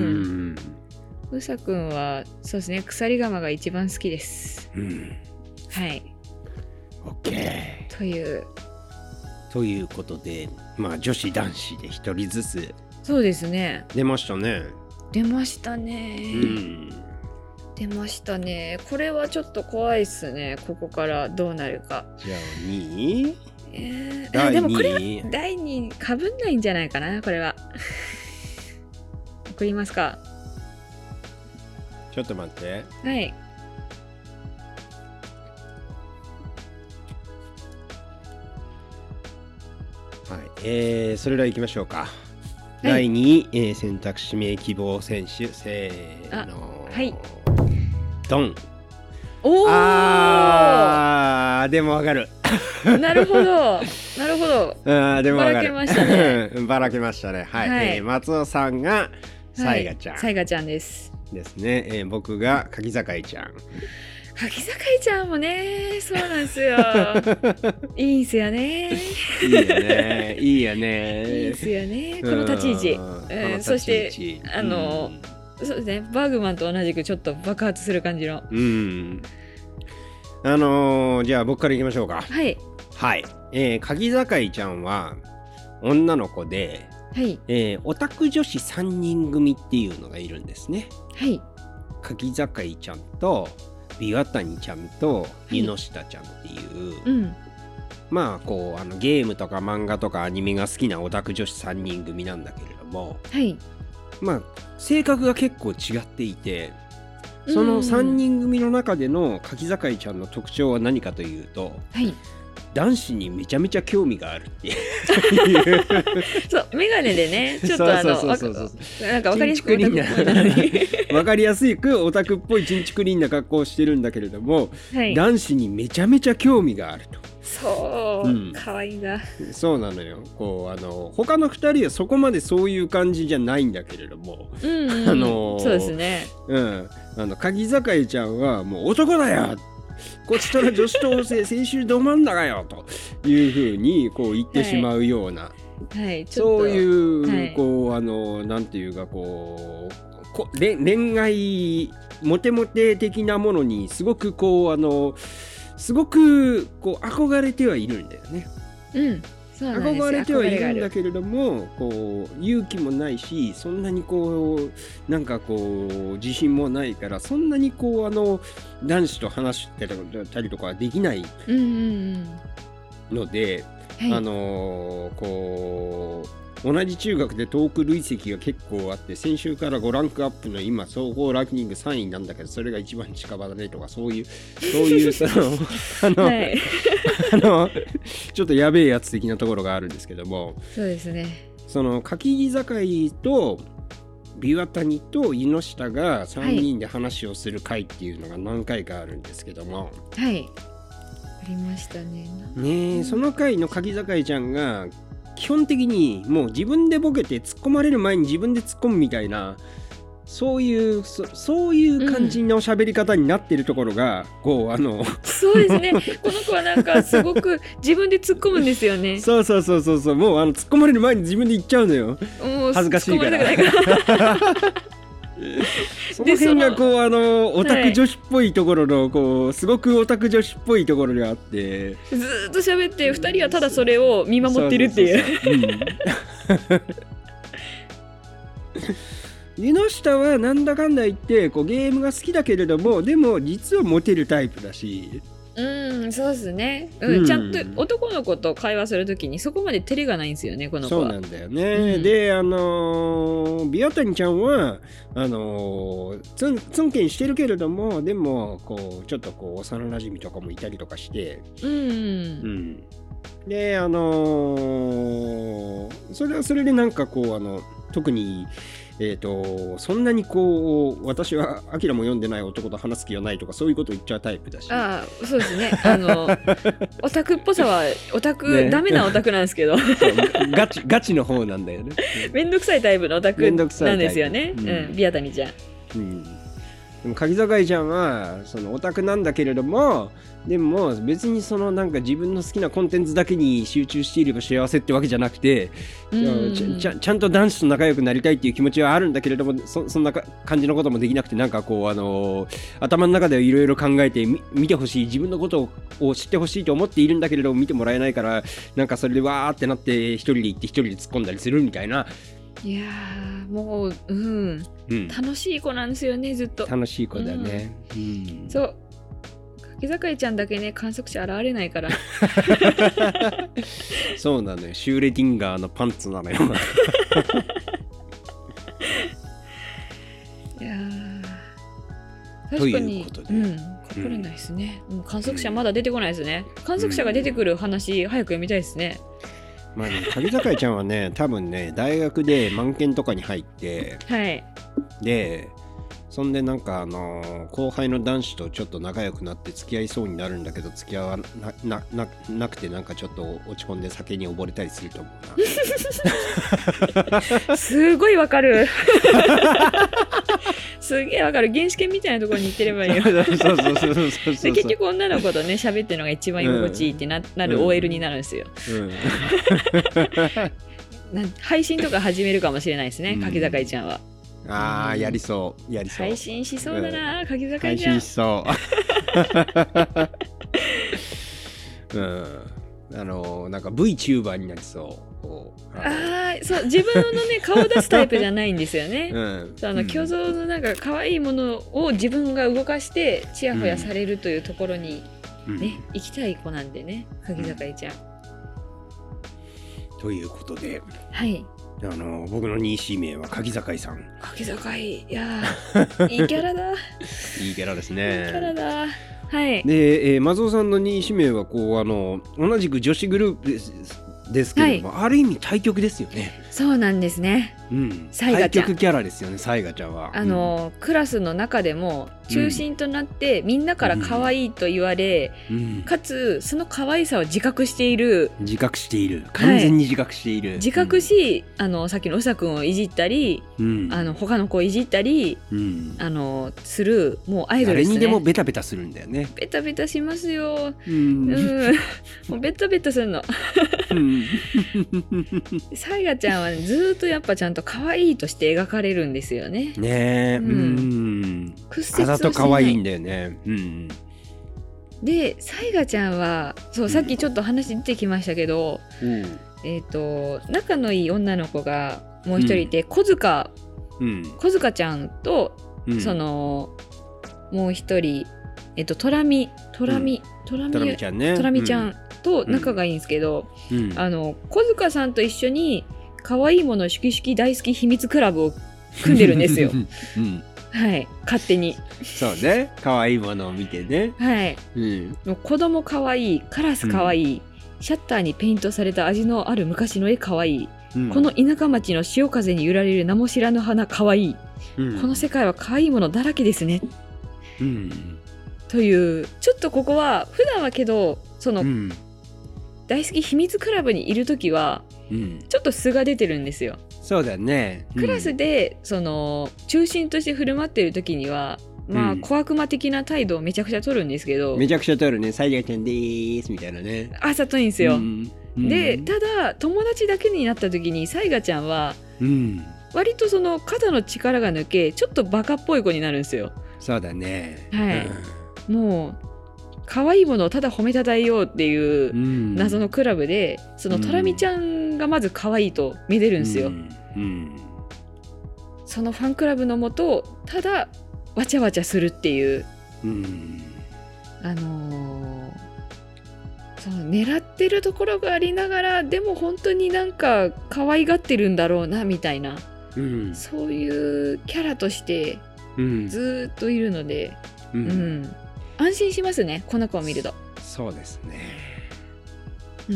うさくんはそうですね鎖釜が一番好きです、うん、はい OK というということでまあ女子男子で一人ずつそうですね出ましたね。 出ましたね、うん、出ましたね。これはちょっと怖いっすね。ここからどうなるか。 じゃあにい、 えー、でもこれはだいにかぶんないんじゃないかな。これは送りますか。 ちょっと待って。 はい、 はい、えー、それでは行きましょうか。だいにい、えー、選択指名希望選手せーのはいドン。 おーあーでもわかるなるほどなるほどあでもわかる。 ばらけましたねばらけましたね。はい、はい、えー、松尾さんがさいがちゃん、 さいがちゃんですですね、えー、僕が柿坂井ちゃん。 柿坂井ちゃんもねそうなんですよいいんすよねいいよねいいよねいいんすよねこの立ち位置、うん、そしてあの、うん、 そうですね、バーグマンと同じくちょっと爆発する感じの。 うん。あのー、じゃあ僕からいきましょうか。 はい。 はい。えー、鍵坂ちゃんは女の子で、 はい。 えー、オタク女子さんにん組っていうのがいるんですね。 はい。 鍵坂ちゃんとビワタニちゃんと湯の下ちゃんっていう、はい、うん、まあこうあのゲームとか漫画とかアニメが好きなオタク女子さんにん組なんだけれども、 はい、 まあ性格が結構違っていて、そのさんにん組の中での柿坂ちゃんの特徴は何かというと、 はい、 男子にめちゃめちゃ興味があるっていうそうメガネでねちょっとあのなんか分かりやすく分かりやすくオタクっぽいチンチクリーンな格好をしてるんだけれども、はい、男子にめちゃめちゃ興味があると。 そう、うん、かわいいな。 そうなのよ。こうあの他のふたりはそこまでそういう感じじゃないんだけれども、 うんうん、あのそうですね。 うん、あの鍵坂ちゃんはもう男だよ。こっちとら女子高生青春ど真ん中よというふうにこう言ってしまうような、 はいはい、 そういう、はい、こうあのなんていうかこうこ恋愛モテモテ的なものにすごくこうあのすごくこう憧れてはいるんだよね。 うん、そうなんですよ。 憧れてはいるんだけれども、こう勇気もないし、そんなにこうなんかこう自信もないから、そんなにこうあの男子と話してたりとかできないので、 うんうんうん、 あのー、こう。同じ中学でトーク累積が結構あって、先週からごランクアップの今総合ランキングさんいなんだけど、それが一番近場だねとか、そういうそういうそのあの、はい、あのちょっとやべえやつ的なところがあるんですけども、 そうですね。 その柿坂とビワタニと湯の下がさんにんで話をする回っていうのが何回かあるんですけども、 はい、ありましたね。 ねえ、その回の柿坂ちゃんが基本的にもう自分でボケて突っ込まれる前に自分で突っ込むみたいな、そういう そ, そういう感じの喋り方になってるところが、うん、こうあのそうですね、この子はなんかすごく自分で突っ込むんですよね。 そうそうそうそうそう、もうあの突っ込まれる前に自分で言っちゃうのよ。もう恥ずかしいからその辺がこうあのオタク女子っぽいところのこうすごくオタク女子っぽいところがあって、 ずっと喋ってふたりはただそれを見守ってるっていう。 湯の下はなんだかんだ言ってこうゲームが好きだけれども、でも実はモテるタイプだし、 うん、そうですね、うんうん、ちゃんと男の子と会話するときにそこまで照れがないんですよね、この子は。 そうなんだよね、うん、であのー、ビアタニちゃんはあのー、ツンツンケンしてるけれども、でもこうちょっとこう幼なじみとかもいたりとかして、 うん、うんうんであのー、それはそれでなんかこうあの特にえーと、そんなにこう私はアキラも読んでない男と話す気はないとかそういうことを言っちゃうタイプだし、 ああそうですね、あのオタクっぽさはオタク、ね、ダメなオタクなんですけどガチガチの方なんだよね。 めんどくさいタイプのオタクなんですよね、うん、ビアタニちゃん、 うん、でも柿坂ちゃんはそのオタクなんだけれども、でも別にそのなんか自分の好きなコンテンツだけに集中していれば幸せってわけじゃなくて、ち ゃ, ち, ゃちゃんと男子と仲良くなりたいっていう気持ちはあるんだけれども、 そ, そんな感じのこともできなくて、なんかこうあのー、頭の中でいろいろ考えて見てほしい、自分のことを知ってほしいと思っているんだけれども見てもらえないから、なんかそれでわーってなって一人で行って一人で突っ込んだりするみたいな。 いやもう、うん、うん、楽しい子なんですよね、ずっと。 楽しい子だね、うんうん、そう柿坂ちゃんだけね観測者現れないからそうなのよ、シューレディンガーのパンツなのよいや確かに、うん、隠れないですね、うん、観測者まだ出てこないですね、うん、観測者が出てくる話、うん、早く読みたいですね。 まあね、柿坂ちゃんはね多分ね大学で満研とかに入って、 はい、 でそんでなんかあのー、後輩の男子とちょっと仲良くなって付き合いそうになるんだけど付き合わ な, な, な, なくてなんかちょっと落ち込んで酒に溺れたりすると思うなすごいわかるすげえわかる、原始圏みたいなところに行ってればいいよで結局女の子とね喋ってるのが一番居心地いいって な,、うん、なる オーエル になるんですよ、うん、配信とか始めるかもしれないですね、柿坂ちゃんは。 ああ、やりそうやりそう。 配信しそうだな、うん、柿坂配信しそう、うん、あのなんか VTuber になりそう。 ああ、そう自分のね顔を出すタイプじゃないんですよね、うん、そうあの虚像のなんか可愛いものを自分が動かしてチヤホヤされるというところにね、うん、行きたい子なんでね、柿坂ちゃん、 うん、ということで、 はい、 あの僕のにい指名は柿坂さん。 柿坂いやいいキャラだいいキャラですね。 いいキャラだ。はい。 で、えー、松尾さんのにい指名はこうあの同じく女子グループですですけれども、はい、ある意味対極ですよね。 そうなんですね、うん、対極キャラですよね、サイガちゃんは。 あの、うん、クラスの中でも中心となって、うん、みんなから可愛いと言われ、うん、かつその可愛さを自覚している自覚している完全に自覚している、はい、 自覚し、うん、あのさっきのうさくんをいじったり、うん、あの他の子をいじったり、うん、あのするもうアイドルですね。 誰にでもベタベタするんだよね。 ベタベタしますよ、うん、うん、もうベタベタするのサイガちゃんは、ね、ずっとやっぱちゃんと可愛いとして描かれるんですよね。 ねえ、うん、うん、屈折をしない。あざと可愛いんだよね。うん、 でサイガちゃんはそう、さっきちょっと話出てきましたけど、うん、えっと仲のいい女の子がもう一人いて、うん、小塚、うん、小塚ちゃんと、うん、そのもう一人えっとトラミトラミ、うん、トラミトラミちゃんね、 トラミちゃんと仲がいいんですけど、うん、あの小塚さんと一緒に可愛いものしきしき大好き秘密クラブを組んでるんですよ、うん、はい、勝手に。 そうね、可愛いものを見てね、 はい、うん、もう子供可愛い、カラス可愛い、うん、シャッターにペイントされた味のある昔の絵可愛い、うん、この田舎町の潮風に揺られる名も知らぬ花可愛い、うん、この世界は可愛いものだらけですね、うん、というちょっとここは普段はけどその、うん、大好き秘密クラブにいるときは、うん、ちょっと素が出てるんですよ。 そうだね、 うん、クラスでその中心として振る舞っているときにはまあ、うん、小悪魔的な態度をめちゃくちゃ取るんですけど、 めちゃくちゃ取るね、サイガちゃんでーすみたいなね、 あざといんですよ、うんうん、でただ友達だけになった時にサイガちゃんは、うん、割とその肩の力が抜けちょっとバカっぽい子になるんですよ。 そうだね、 はい、うん、もう可愛いものをただ褒めたたえようっていう謎のクラブで、うん、そのトラミちゃんがまず可愛いと見れるんですよ、うんうん、そのファンクラブのもとただわちゃわちゃするっていう、うん、あのー、その狙ってるところがありながらでも本当になんか可愛がってるんだろうなみたいな、うん、そういうキャラとしてずっといるので、うんうん、安心しますね、この子を見ると。 そうですね、 うん、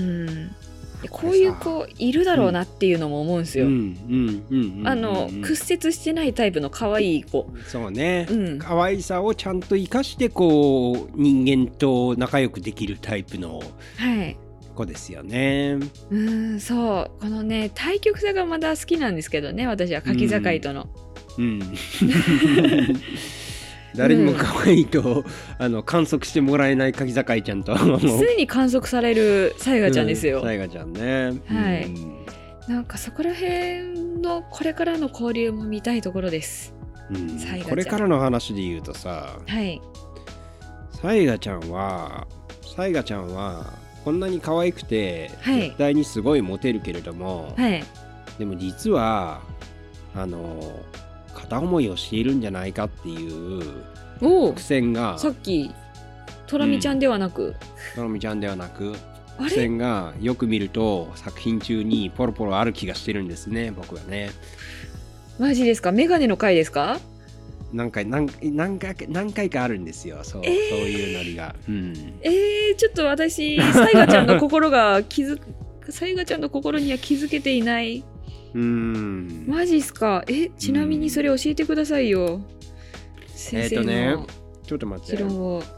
こういう子いるだろうなっていうのも思うんですよ。あの屈折してないタイプの可愛い子。 そうね、うん、可愛さをちゃんと生かしてこう人間と仲良くできるタイプの子ですよね、はい、 うんそうこのね対極さがまだ好きなんですけどね、私は柿坂との、うん、うん誰にも可愛いと、うん、あの観測してもらえない柿坂ちゃんと常に観測されるサイガちゃんですよ。 サイガちゃんね、 はい、うん、なんかそこら辺のこれからの交流も見たいところです、 うん、サイガちゃんこれからの話で言うとさ、はい、サイガちゃんはサイガちゃんはこんなに可愛くて、はい、絶対にすごいモテるけれども、はい、でも実はあの片思いをしているんじゃないかっていう伏線が、 さっきトラミちゃんではなく、うん、 トラミちゃんではなく伏線がよく見ると作品中にポロポロある気がしてるんですね、僕はね。 マジですか？メガネの回ですか？ 何回何何回何回かあるんですよ、そう、えー、そういうノリが、うん、 えー、ちょっと私サイガちゃんの心が気づサイガちゃんの心には気づけていない。うーんマジっすか？えちなみにそれ教えてくださいよ、先生の、えーとね、 ちょっと待って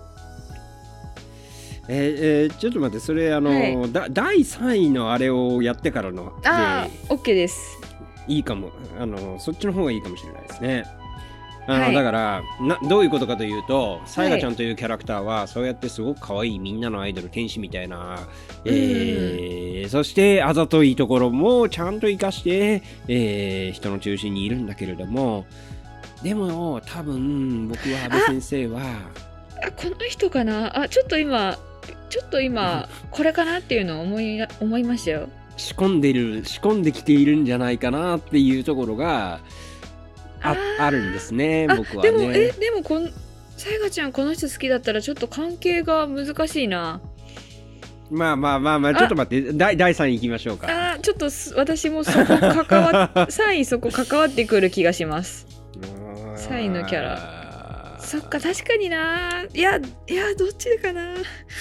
えーえー、ちょっと待ってそれあの、はい、だだいさんいのあれをやってからのあー OK です。 いいかも、あのそっちの方がいいかもしれないですね。 あの、 はい、 だからなどういうことかというと、さやかちゃんというキャラクターはそうやってすごく可愛いみんなのアイドル天使みたいな、えー、そしてあざといところもちゃんと生かして、えー、人の中心にいるんだけれども、でも多分僕は安倍先生はあこの人かなあ、ちょっと今ちょっと今これかなっていうのを思い思いましたよ。 仕込んでる仕込んできているんじゃないかなっていうところが あ, あ, あるんですね、僕はね。 でもえでもこんさやかちゃんこの人好きだったらちょっと関係が難しいな。 まあまあまあまあちょっと待って、だいさんい行きましょうか。 あちょっと私もそこ関わさんいそこ関わってくる気がします。さんいのキャラ、そっか確かにな。いやいやどっちかな。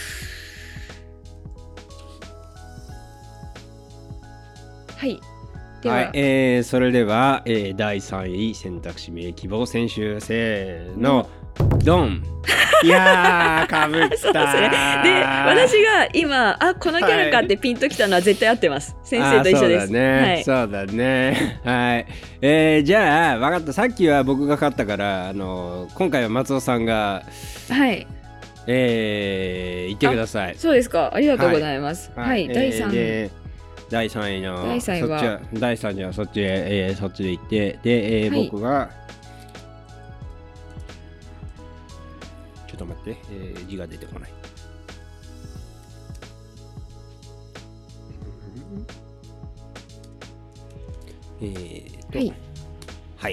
はいでは、 はい、えー、それでは、えー、だいさんい選択肢名希望選手せーの、うん、ドン。いやーかぶったー。そうですね。 で私が今あこのキャラかってピンときたのは絶対合ってます、はい、先生と一緒です。 そうだね、はい、そうだね。はい、えー、じゃあ分かった。さっきは僕が勝ったから、あのー、今回は松尾さんがはいえー、言ってください。 そうですか、ありがとうございます。はい、はい、だいさんえーだいさんいのだいさんいはそっちだいさんいはそっちへ、えー、そっちで行ってで、えーはい、僕がちょっと待って、えー、字が出てこない。えーとはい、はい、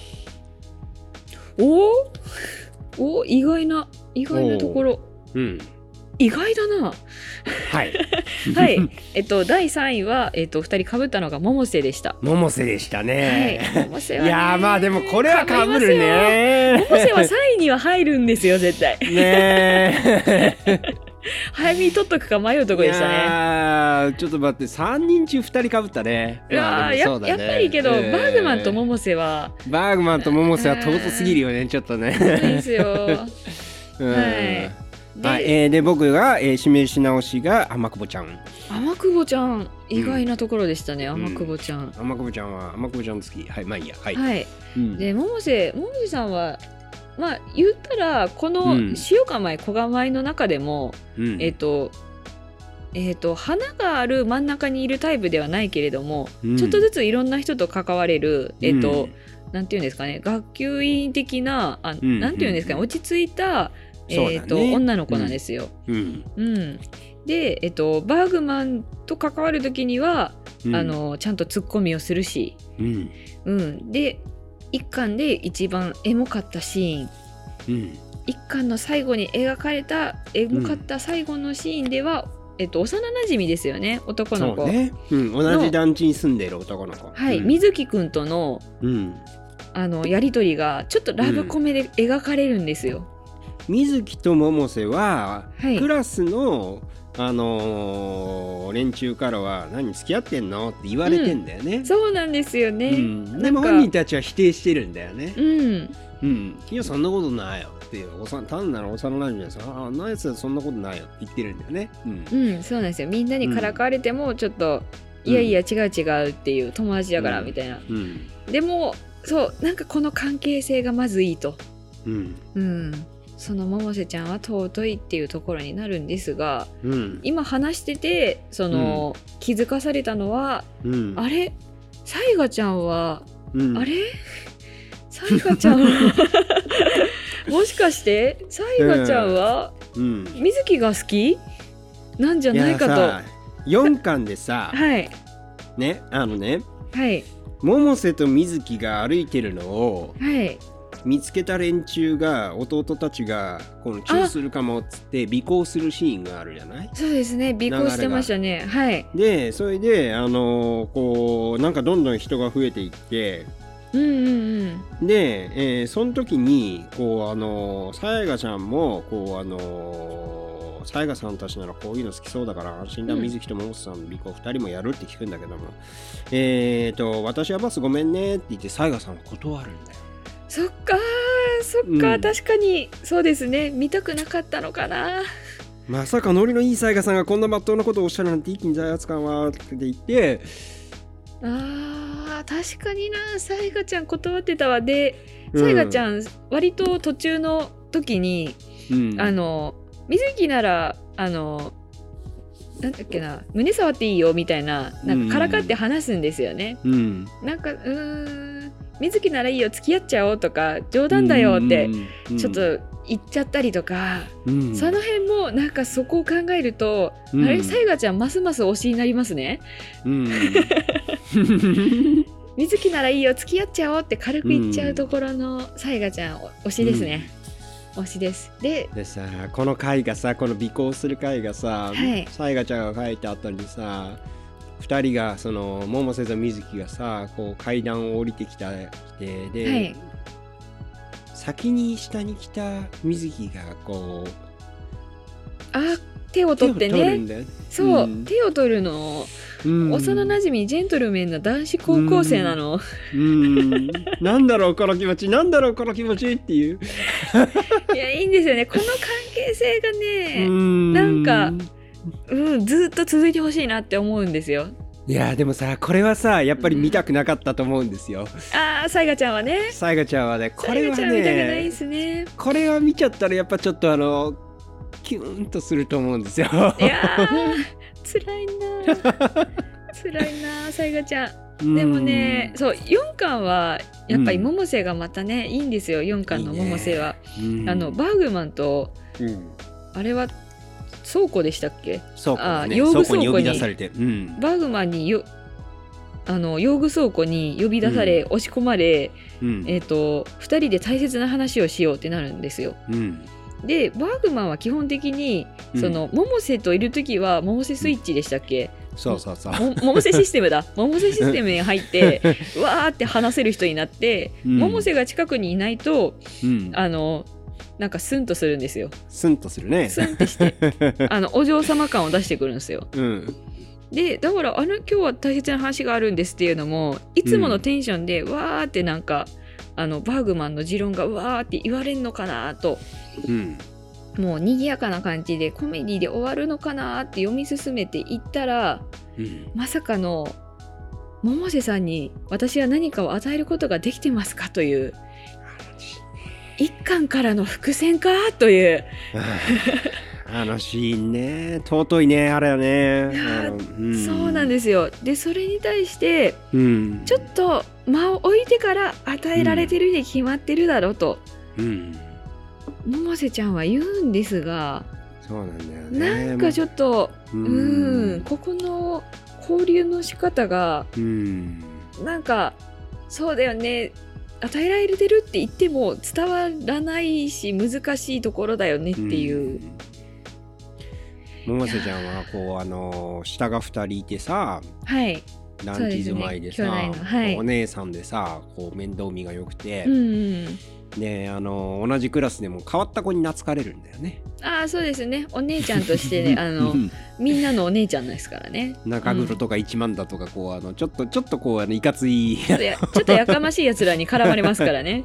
おおお意外な意外なところ、 うん意外だな。 はい。 はい。えっと、だいさんいは、えっと、ふたり被ったのが百瀬でした。 百瀬でしたね。 はい。百瀬はね。 いやまあでもこれは被るね。 百瀬はさんいには入るんですよ、絶対。 ね早めに取っとくか迷うとこでしたね。いやちょっと待って、さんにんちゅうふたり被ったね。 いや、まあね、や, やっぱりけど、えー、バーグマンと百瀬は。 バーグマンと百瀬は尊すぎるよね、ちょっとね。 そうですよ。 うん、はい。はいえー、で僕が、えー、指名し直しが天久保ちゃん。 天久保ちゃん意外なところでしたね、うん、天久保ちゃん。 天久保ちゃんは天久保ちゃん好き。はいまあいいや。はい。 はいうん、で百瀬百瀬さんはまあ言ったらこの塩構え小構えの中でも、うん、えっ、ー、とえっ、ー、と花がある真ん中にいるタイプではないけれども、うん、ちょっとずついろんな人と関われるえっ、ー、と、うん、なんていうんですかね学級委員的なあ、うん、なんていうんですかね落ち着いたえーとね、女の子なんですよ。うんうん、で、えーと、バーグマンと関わる時には、うん、あのちゃんとツッコミをするし、うんうん、で一巻で一番エモかったシーン、うん、一巻の最後に描かれたエモかった最後のシーンでは、うんえーと、幼なじみですよね男の子、 ねうん、同じ団地に住んでいる男の子、 はいうん、水木くんとの、うん、あのやり取りがちょっとラブコメで描かれるんですよ。うん水木と百瀬は、はい、クラスの、あのー、連中からは何付き合ってんのって言われてんだよね、 うん、そうなんですよね、うん、 でも本人たちは否定してるんだよね。 うん、 うん、いやそんなことないよっていう単なる幼なじみですよ。あんなやつはそんなことないよって言ってるんだよね。うん、 うん、そうなんですよ。みんなにからかわれてもちょっと、うん、いやいや違う違うっていう友達だからみたいな、うんうん、でもそうなんかこの関係性がまずいいと、うんうんその百瀬ちゃんは尊いっていうところになるんですが、うん、今話しててその、うん、気づかされたのは、うん、あれさやかちゃんは、うん、あれさやかちゃんはもしかしてさやかちゃんは、うん、水木が好きなんじゃないかと。 よんかんでさはいねあのねはい百瀬と水木が歩いてるのを、 はい見つけた連中が弟たちがこのチューするかもっつって尾行するシーンがあるじゃない。 そうですね尾行してましたね。はいでそれであのー、こうなんかどんどん人が増えていってうんうんうんで、えー、その時にこうあのさやかちゃんもこうあのさやかさんたちならこういうの好きそうだから安心だ、うん、水木と百瀬さんの尾行ふたりもやるって聞くんだけどもえーと私はバスごめんねって言ってさやかさんは断るんだよ。 そっかそっか、うん、確かにそうですね見たくなかったのかな。 まさかノリのいいさやかさんがこんなまっとうなことをおっしゃるなんて一気に罪悪感はって言ってああ確かにな、さやかちゃん断ってたわ。でさやかちゃん、うん、割と途中の時に、うん、あの水木ならあのなんだっけな、胸触っていいよみたいな、なんかからかって話すんですよね、うん、なんかうーん水木ならいいよ付き合っちゃおうとか冗談だよってちょっと言っちゃったりとか、うん、その辺もなんかそこを考えると、うん、あれさやかちゃんますます推しになりますね、うん、水木ならいいよ付き合っちゃおうって軽く言っちゃうところのさやかちゃん推しですね、うん、推しです。 で, でさ、この回がさ、この尾行する回がさ、さやかちゃんが書いた後にさ、ふたりがその百瀬と水木がさこう階段を降りてきた来てで、はい、先に下に来た水木がこうあ手を取ってね、そう、うん、手を取るの、うん、幼なじみジェントルメンな男子高校生なの、 うんうん、なんだろうこの気持ち、なんだろうこの気持ちっていういやいいんですよね、この関係性がね、うんなんかうん、ずっと続いてほしいなって思うんですよ。 いやでもさこれはさやっぱり見たくなかったと思うんですよ、 うん、ああさやかちゃんはねさやかちゃんはねこれはねさやかちゃん見たくないですね。 これは見ちゃったらやっぱちょっとあのキューンとすると思うんですよ。 いやつらいなつらいなさやかちゃん。でもねそうよんかんはやっぱり百瀬がまたね、うん、いいんですよ。よんかんの百瀬は、いいね、うん、あのバーグマンと、うん、あれは倉庫でしたっけ、 倉庫ね、 あ用具倉庫に呼び出されて、うん、 バーグマンによあの用具倉庫に呼び出され、うん、押し込まれ、うん、えーと、ふたりで大切な話をしようってなるんですよ、うん、でバーグマンは基本的に、うん、その百瀬といるときは百瀬スイッチでしたっけ、 うん、そうそうそう百瀬システムだ百瀬システムに入ってわーって話せる人になって、うん、百瀬が近くにいないと、うん、あのなんかスンとするんですよ。 スンとするね。 スンってしてあのお嬢様感を出してくるんですよ、うん、でだからあの今日は大切な話があるんですっていうのもいつものテンションで、うん、わーってなんかあのバーグマンの持論がわーって言われるのかなと、うん、もう賑やかな感じでコメディで終わるのかなって読み進めていったら、うん、まさかの百瀬さんに私は何かを与えることができてますかという一巻からの伏線かというあのシーンね尊いねあれはね、 うん、そうなんですよ。でそれに対して、うん、ちょっと間を置いてから与えられてるに決まってるだろうと、うん、百瀬ちゃんは言うんですが、 そうなんだよね、 なんかちょっと、うん、うんここの交流の仕方が、うん、なんかそうだよね与えられてるって言っても伝わらないし難しいところだよねっていう、 うん、百瀬ちゃんはこうあの下がふたりいてさ、はい団地住まいでさ、ねはい、お姉さんでさこう面倒見が良くて、うんうんね、あの同じクラスでも変わった子に懐かれるんだよね。 ああそうですねお姉ちゃんとしてねあのみんなのお姉ちゃんですからね。 中黒とか一万だとかこうあのちょっとちょっとこうあのいかついちょっとやかましいやつらに絡まれますからね。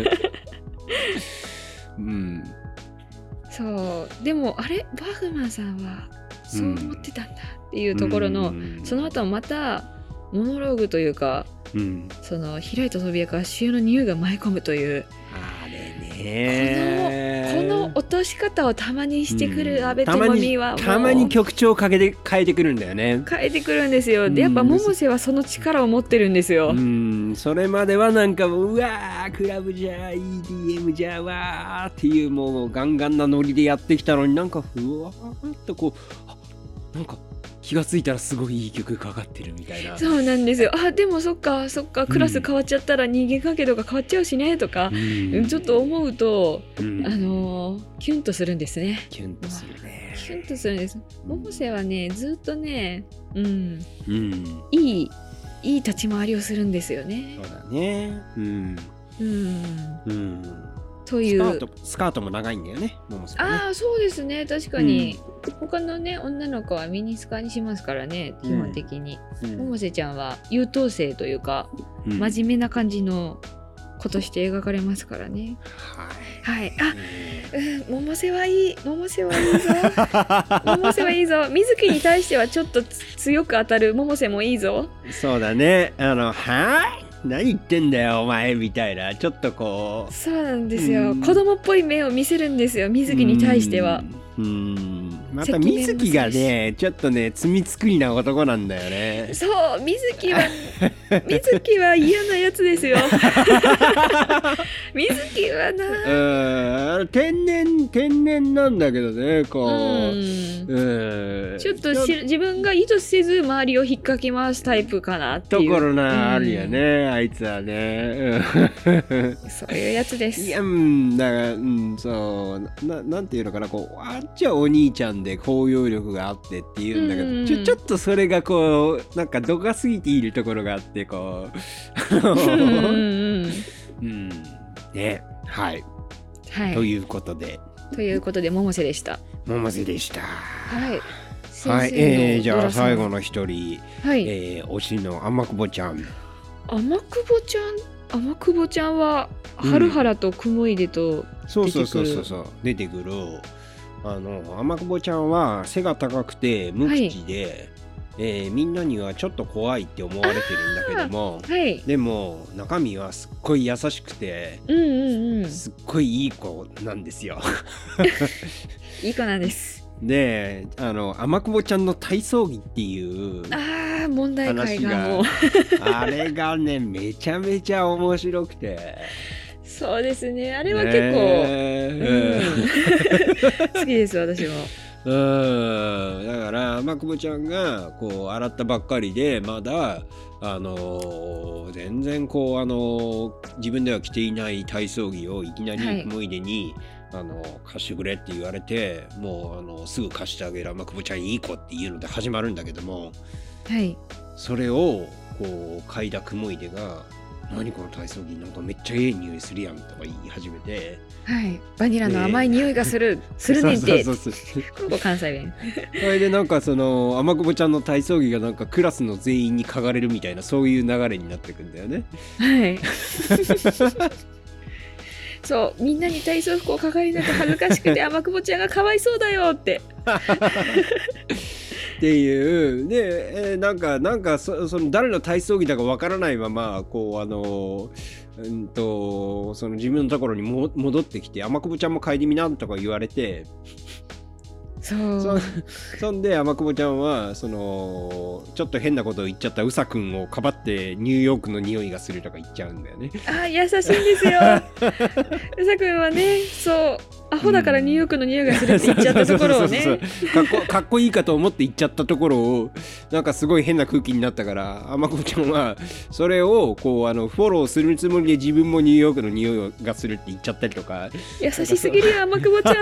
うん、うん、そうでもあれバーグマンさんはそう思ってたんだっていうところの、うん、その後またモノローグというか、うん、その開いた扉から潮の匂いが舞い込むというあれねこのこの落とし方をたまにしてくる阿部智美はもう、 うん、たまに曲調をかけて変えてくるんだよね。 変えてくるんですよ。でやっぱ百瀬はその力を持ってるんですよ。 うんそれまではなんかうわークラブじゃ イーディーエム じゃわーっていうもうガンガンなノリでやってきたのになんかふわーっとこうなんか気がついたらすごいいい曲かかってるみたいな。 そうなんですよ。あでもそっかそっかクラス変わっちゃったら人間関係とか変わっちゃうしねとか、うん、ちょっと思うと、うん、あのー、キュンとするんですね。 キュンとするね。 キュンとするんです。百瀬はねずっとね、うん、うん、いいいい立ち回りをするんですよね。 そうだね。うん。うん。うんというスカート、スカートも長いんだよね。百瀬はねああそうですね確かに、うん、他のね女の子はミニスカにしますからね基本的に、うん、百瀬ちゃんは優等生というか、うん、真面目な感じの子として描かれますからね。 はいはい。あ、うん、百瀬はいい、百瀬はいいぞ。百瀬はいいぞ。水木に対してはちょっと強く当たる百瀬もいいぞ。 そうだね。あの、はぁ何言ってんだよお前みたいな、ちょっとこう。 そうなんですよ。子供っぽい目を見せるんですよ、水木に対しては。 うん。また水木がね、ちょっとね、罪作りな男なんだよね。 そう、水木は水木は嫌なやつですよ。水木はな、 うん、天然天然なんだけどね、こう、うんうん、ちょっとし自分が意図せず周りを引っかき回すタイプかなっていうところなあるよね、うん、あいつはね。 そういうやつです。 いや、うん、だから、うん、そうな、なんていうのかな、こうあっちはお兄ちゃんで包容力があってっていうんだけど、うん、ちょちょっとそれがこうなんか度が過ぎているところがあってこう、うんうん、ね、はい、はい、ということでということで百瀬でした。 百瀬でした。 はい。 はい、えー、じゃあ最後の一人、はい、えー、推しの天久保ちゃん。 天久保ちゃん、天久保ちゃんは春原と雲出と出てくる、うん、そうそうそうそう出てくる。あの天久保ちゃんは背が高くて無口で、はい、えー、みんなにはちょっと怖いって思われてるんだけども、はい、でも中身はすっごい優しくて、うんうんうん、すっごいいい子なんですよ。 いい子なんです。 で、あの天久保ちゃんの体操着っていうあ問題解がもうあれがねめちゃめちゃ面白くて。 そうですね、あれは結構、うん、好きです私も。 うん、だから天久保ちゃんがこう洗ったばっかりでまだあのー、全然こうあのー、自分では着ていない体操着をいきなり雲出に、はい、あの貸してくれって言われて、もうあのすぐ貸してあげる天久保ちゃんいい子っていうので始まるんだけども、 はい、 それをこう嗅いだ雲出が何この体操着なんかめっちゃええ匂いするやんとか言い始めて、 はい、バニラの甘い匂いがする、えー、するねんて。そうそうそうそうここ関西弁。 それでなんかその天久保ちゃんの体操着がなんかクラスの全員に嗅がれるみたいなそういう流れになってくんだよね。 はい。そうみんなに体操服を嗅がれなく恥ずかしくて天久保ちゃんがかわいそうだよって。っていうで、えー、なんかなんか そ, その誰の体操着だかわからないままこうあのうんとその自分のところにも戻ってきて天久保ちゃんも嗅いでみなとか言われて、 そうそ, そんで天久保ちゃんはそのちょっと変なことを言っちゃったうさくんをかばってニューヨークの匂いがするとか言っちゃうんだよね。 あ優しいんですよ。うさくんはね、そうアホだからニューヨークの匂いがするって言っちゃったところをね、 かっこいいかと思って言っちゃったところをなんかすごい変な空気になったから、天久保ちゃんはそれをこうあのフォローするつもりで自分もニューヨークの匂いがするって言っちゃったりとか。 優しすぎるよ天久保ちゃん。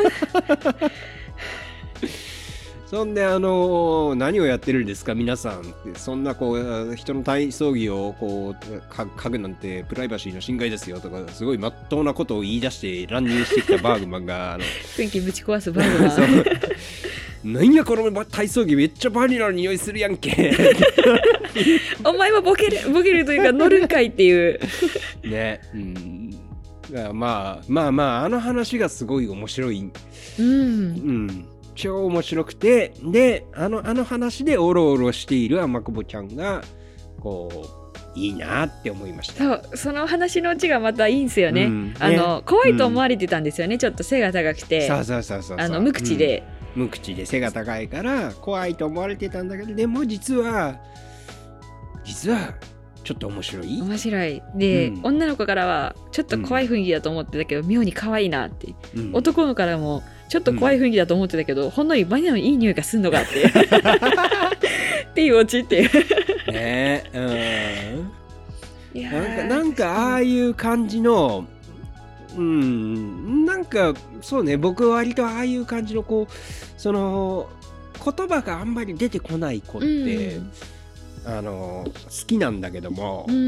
そんであのー、何をやってるんですか皆さんって、そんなこう人の体操着をこう嗅ぐなんてプライバシーの侵害ですよとかすごいまっとうなことを言い出して乱入してきたバーグマンがあの雰囲気ぶち壊すバーグマン。なんやこの体操着めっちゃバニラの匂いするやんけ。 お前はボケるボケるというか乗るんかいっていうね、うん、まあまあまああの話がすごい面白い。うん、うん超面白くて、であのあの話でオロオロしている天久保ちゃんがこういいなって思いました。 そうその話のオチがまたいいんですよね、うん、あのね怖いと思われてたんですよね、うん、ちょっと背が高くて、 そうそうそうそうあの無口で、 うん、無口で背が高いから怖いと思われてたんだけど、でも実は実はちょっと面白い面白いで、うん、女の子からはちょっと怖い雰囲気だと思ってたけど、うん、妙に可愛いなって、うん、男の子からもちょっと怖い雰囲気だと思ってたけど、うん、ほんのりバニラのいい匂いがすんのかってっていうオチっていうねえ、うん、いやなんかなんかああいう感じのうんなんかそうね、僕は割とああいう感じのこうその言葉があんまり出てこない子って、うん、あの好きなんだけども、うん、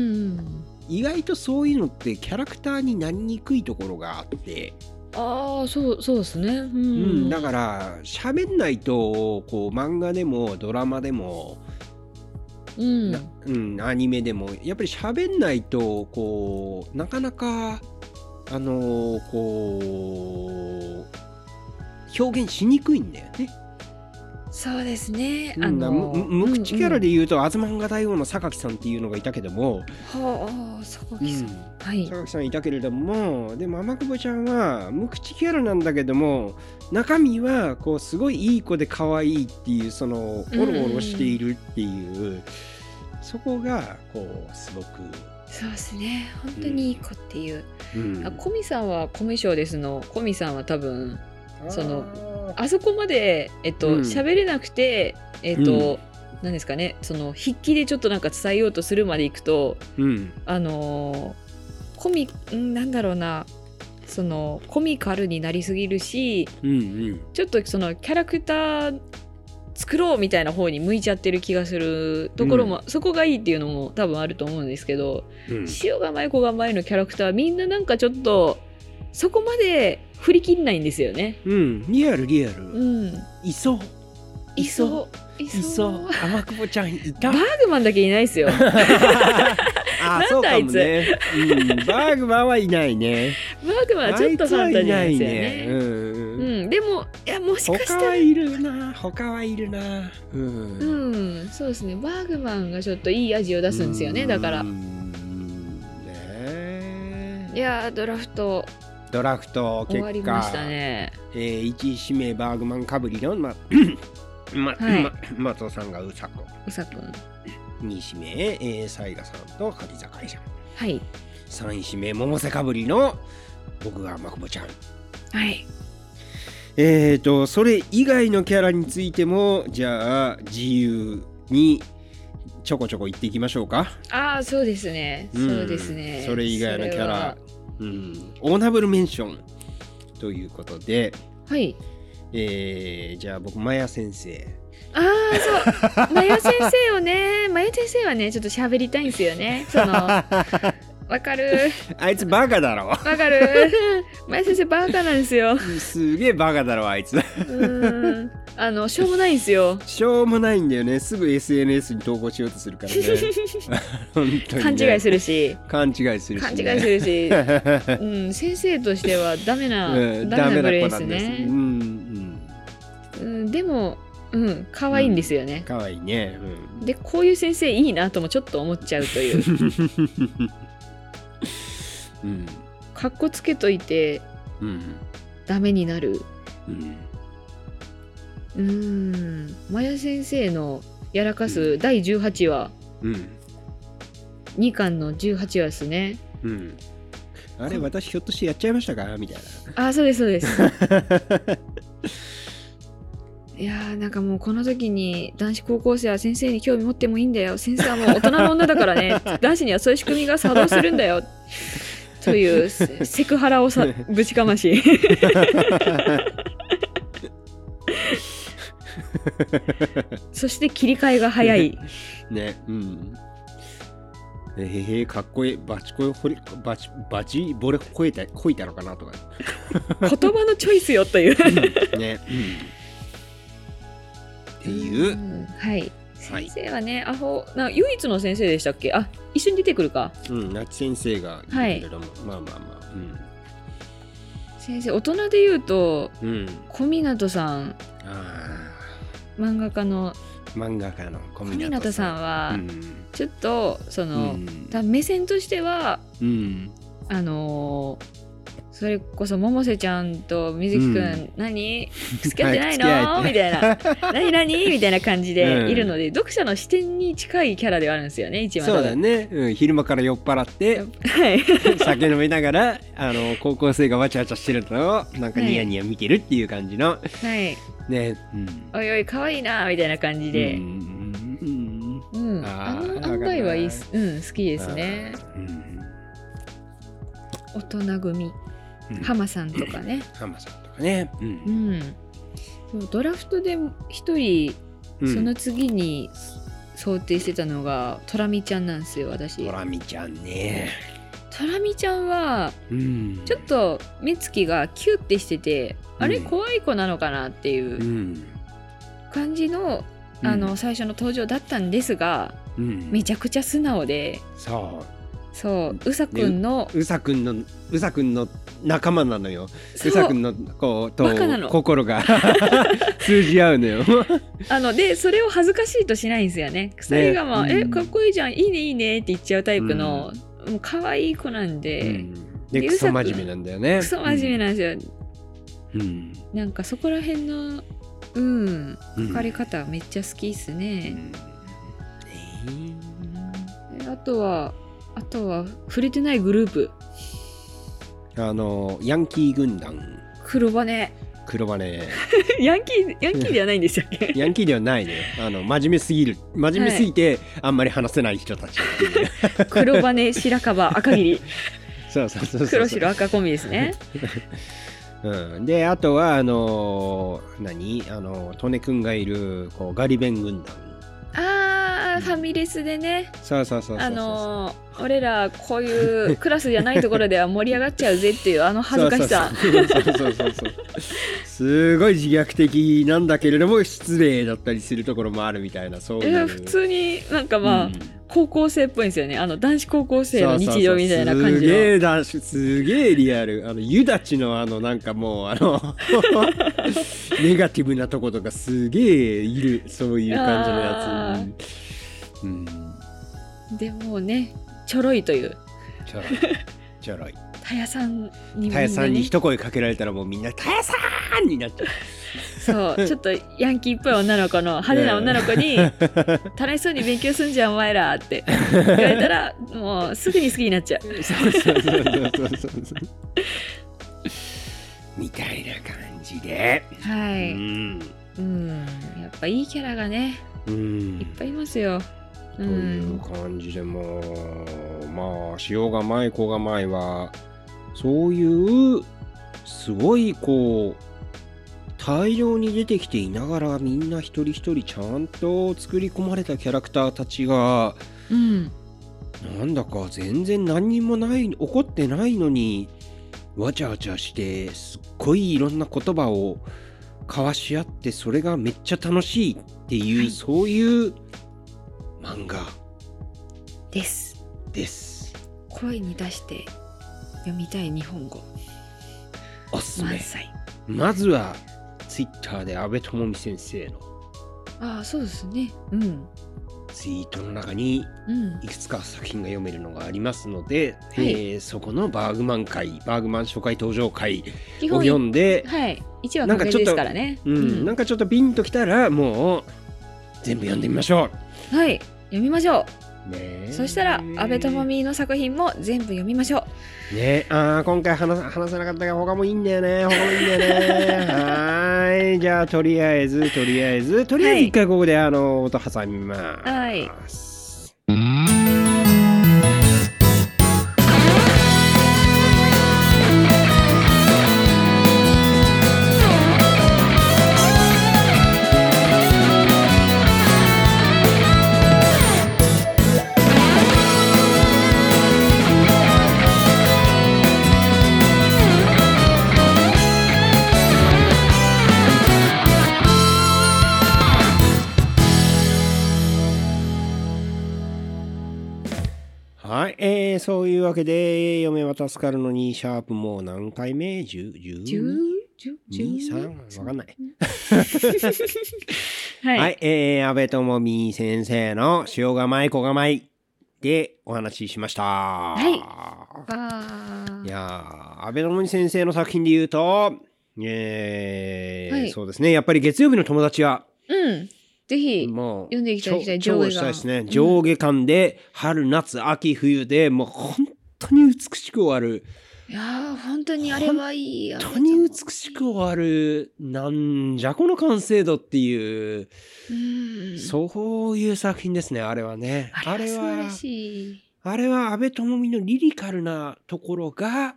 意外とそういうのってキャラクターになりにくいところがあって、 ああそうそうですね、うん、うん、 だから喋んないとこう漫画でもドラマでも、うんなうん、アニメでもやっぱり喋んないとこうなかなかあのー、こう表現しにくいんだよね。 そうですね。 あのー、無口キャラで言うと、うんうん、東漫画大王の榊さんっていうのがいたけども、 はあ、榊さん、うん、はい、 榊さんいたけれども、でも天久保ちゃんは無口キャラなんだけども、中身はこうすごいいい子で可愛いっていう、そのオロオロしているっていう、うん、そこがこうすごく。 そうですね、本当にいい子っていう、うん、あ、コミさんはコミショですのコミさんは多分その あ, あそこまでえっと喋、うん、れなくてえっと、うん、何ですかね、その筆記でちょっとなんか伝えようとするまでいくと、うん、あのコミなんだろうな、そのコミカルになりすぎるし、うんうん、ちょっとそのキャラクター作ろうみたいな方に向いちゃってる気がするところも、うん、そこがいいっていうのも多分あると思うんですけど、うん、塩が舞子が舞のキャラクターみんななんかちょっとそこまで振り切んないんですよね。 うん、リアルリアル、うん、いそういそういそう天久保ちゃんいた。 バーグマンだけいないですよ。 ああ、そうかもね、うん、バーグマンはいないね。 バーグマンはちょっとファンタジーなんですよね。うん、うん、でもいや、もしかしたら他はいるな他はいるな、うん、 うん、そうですね、バーグマンがちょっといい味を出すんですよね。だからね、いやドラフトドラフト結果終わりましたね。えー、いちい指名バーグマンかぶりのまま、はい、ま、松尾さんがうさこうさくん、 にい指名、えー、雑賀さんと柿坂愛ちゃん、 はい、 さんい指名百瀬かぶりの僕が天久保ちゃん、 はい、 えーとそれ以外のキャラについてもじゃあ自由にちょこちょこ言っていきましょうか。 ああ、そうですね、うん、そうですね。 それ以外のキャラ、うん、オーナブルメンションということで、 はい、 えー、じゃあ僕マヤ先生。 ああ、そうマヤ先生をね、マヤ先生はねちょっと喋りたいんですよね。そのわかる、 あいつバカだろ。 わかる、マヤ先生バカなんですよ。 すげえバカだろあいつ。 うん、あのしょうもないんですよ。 しょうもないんだよね。すぐ エスエヌエス に投稿しようとするからね。本当にね、 勘違いするし勘違いするし、ね、 勘違いするし、うん、先生としてはダメな、うん、ダメな子なんですね。うん、うん、でもうん可愛いんですよね。 可愛いね、 うん、でこういう先生いいなともちょっと思っちゃうという。うん、かっこつけといて、うん、ダメになる。うん、うーん、マヤ先生のやらかすだいじゅうはちわ、うん、にかんのじゅうはちわですね。うん、 あれ私ひょっとしてやっちゃいましたかみたいな。あ、そうですそうです。いやー、なんかもうこの時に男子高校生は先生に興味持ってもいいんだよ、先生はもう大人の女だからね、男子にはそういう仕組みが作動するんだよというセクハラをさぶちかましそして切り替えが早いね、うん、えへへ、かっこいい、バチコイほりバチバチボレこえたこいたのかなとか言葉のチョイスよという、 うん、ね、うん、っていう、うん、 はい、先生はね、アホな唯一の先生でしたっけ。あ、一緒に出てくるか。 うん、夏先生がいるけれども、はい、まあまあまあ、うん、 先生大人で言うと、うん、小湊さん、あ漫画家の漫画家の小湊さんは、うん、ちょっとその、うん、目線としては、うん、あのーそれこそ百瀬ちゃんと水木くん、うん、何付き合ってないの、はい、みたいな何何みたいな感じでいるので、うん、読者の視点に近いキャラではあるんですよね、一番。 そうだね、うん、昼間から酔っ払って、はい、酒飲みながらあの高校生がわちゃわちゃしてるのをなんかニヤニヤ見てるっていう感じの、はい、ね、うん、おいおい可愛いなみたいな感じで、うんうんうん、あの塩梅はいい、うん、好きですね、うん、大人組、うん、浜さんとかね、 浜さんとかね、うん、 うん、そうドラフトで一人、うん、その次に想定してたのがトラミちゃんなんですよ、私。 トラミちゃんね。 トラミちゃんは、うん、ちょっと目つきがキュッてしてて、うん、あれ怖い子なのかなっていう感じの、うん、あの最初の登場だったんですが、うん、めちゃくちゃ素直で、 そそううさくんのうさくんのうさくんの仲間なのよ。うさくんのこうと心が通じ合うのよ。 あのでそれを恥ずかしいとしないんですよね。ふたりがまあ、ね、えかっこいいじゃん、いいねいいねって言っちゃうタイプの、うん、もう可愛い子なんで、うん、 でクソ真面目なんだよね。 クソ真面目なんですよ、 うん、なんかそこら辺のうん書かれ方めっちゃ好きっすね、うんえー、あとはあとは触れてないグループ、 あのヤンキー軍団黒羽黒羽ヤンキーヤンキーではないんでしたっけ？ ヤンキーではないね。あの真面目すぎる真面目すぎて、はい、あんまり話せない人たち黒羽白樺赤桐そうそうそうそう黒白赤コンビですね。 うん、であとはあのー、何あのトネくんがいるこうガリ弁軍団、 あー、うん、ファミレスでね、 そうそうそうそうそう、 あのー、俺らこういうクラスじゃないところでは盛り上がっちゃうぜっていうあの恥ずかしさ、 そうそうそうそうそうすごい自虐的なんだけれども失礼だったりするところもあるみたいな、そういう、 えー、普通になんかまあ、うん、高校生っぽいんですよね。あの男子高校生の日常みたいな感じの。 そうそうそう、すげえだすげえリアル。あのユダチのあのなんかもうあのネガティブなとことかすげえいる、そういう感じのやつ、うん、でもねちょろいというちょろいちょろいタヤさんに、ね、 タヤさんに一声かけられたらもうみんなタヤさんになっちゃう。 そうちょっとヤンキーっぽい女の子の派手な女の子に楽しそうに勉強すんじゃんお前らって言われたらもうすぐに好きになっちゃう。そうそうそうそうそうそうみたいな感じで、 はい、うん、うん、やっぱいいキャラがね、うん、いっぱいいますよ。 という感じでもまあ塩が舞子が舞はそういうすごいこう大量に出てきていながらみんな一人一人ちゃんと作り込まれたキャラクターたちが、うん、なんだか全然何にもない起こってないのにわちゃわちゃしてすっごいいろんな言葉を交わし合ってそれがめっちゃ楽しいっていう、はい、そういう漫画ですです声に出して読みたい日本語おすすめ。まずはツイッターで安部智美先生のああそうですね、うん、 ツイートの中にいくつか作品が読めるのがありますので、うんえー、そこのバーグマン会バーグマン初回登場会を読んで、 はい、いちわ確定ですからね、 うんうん、なんかちょっとピンときたらもう全部読んでみましょう。はい読みましょう、ね、そしたら安部智美の作品も全部読みましょうね。あ今回話話せなかったが他もいいんだよね他もいいんだよねはいじゃあとりあえずとりあえずとりあえず一回ここで、はい、あの音挟みます。はいはい、えー、そういうわけで嫁は助かるのにシャープもう何回目 じゅう、じゅう、じゅう、に、さんわかんないはい、はい、えー、安部智美先生の塩が舞子が舞でお話ししました。はいいや安部智美先生の作品で言うと、えーはい、そうですねやっぱり月曜日の友達はうんぜひ読んでいただきたい。 上下したいですね。上下巻で春夏秋冬でもう本当に美しく終わる。 いやー本当にあれはいい。 本当に美しく終わる。なんじゃこの完成度っていう、うんそういう作品ですね。あれはね。 あれは素晴らしい。 あれは安部智美のリリカルなところが、はい、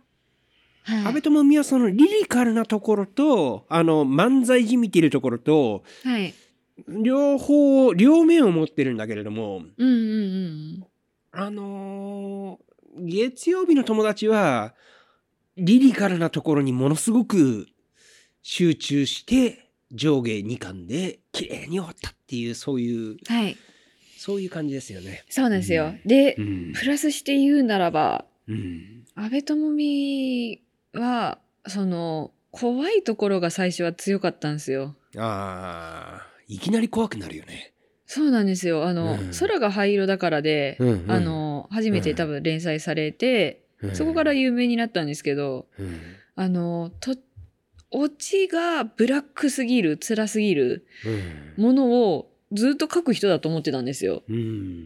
安部智美はそのリリカルなところとあの漫才じみているところと。はい両方両面を持ってるんだけれども、うんうんうん、あのー、月曜日の友達はリリカルなところにものすごく集中して上下にかんで綺麗に終わったっていうそういう、はい、 そういう感じですよね。 そうなんですよ。うん、で、 うん、 プラスして言うならば、 うん、 安倍智美はその怖いところが最初は強かったんですよ。 ああ、いきなり怖くなるよね。 そうなんですよ。あの、うん、空が灰色だからで、うんうん、あの初めて多分連載されて、うん、そこから有名になったんですけど、うん、あのとオチがブラックすぎる辛すぎるものをずっと書く人だと思ってたんですよ。うん、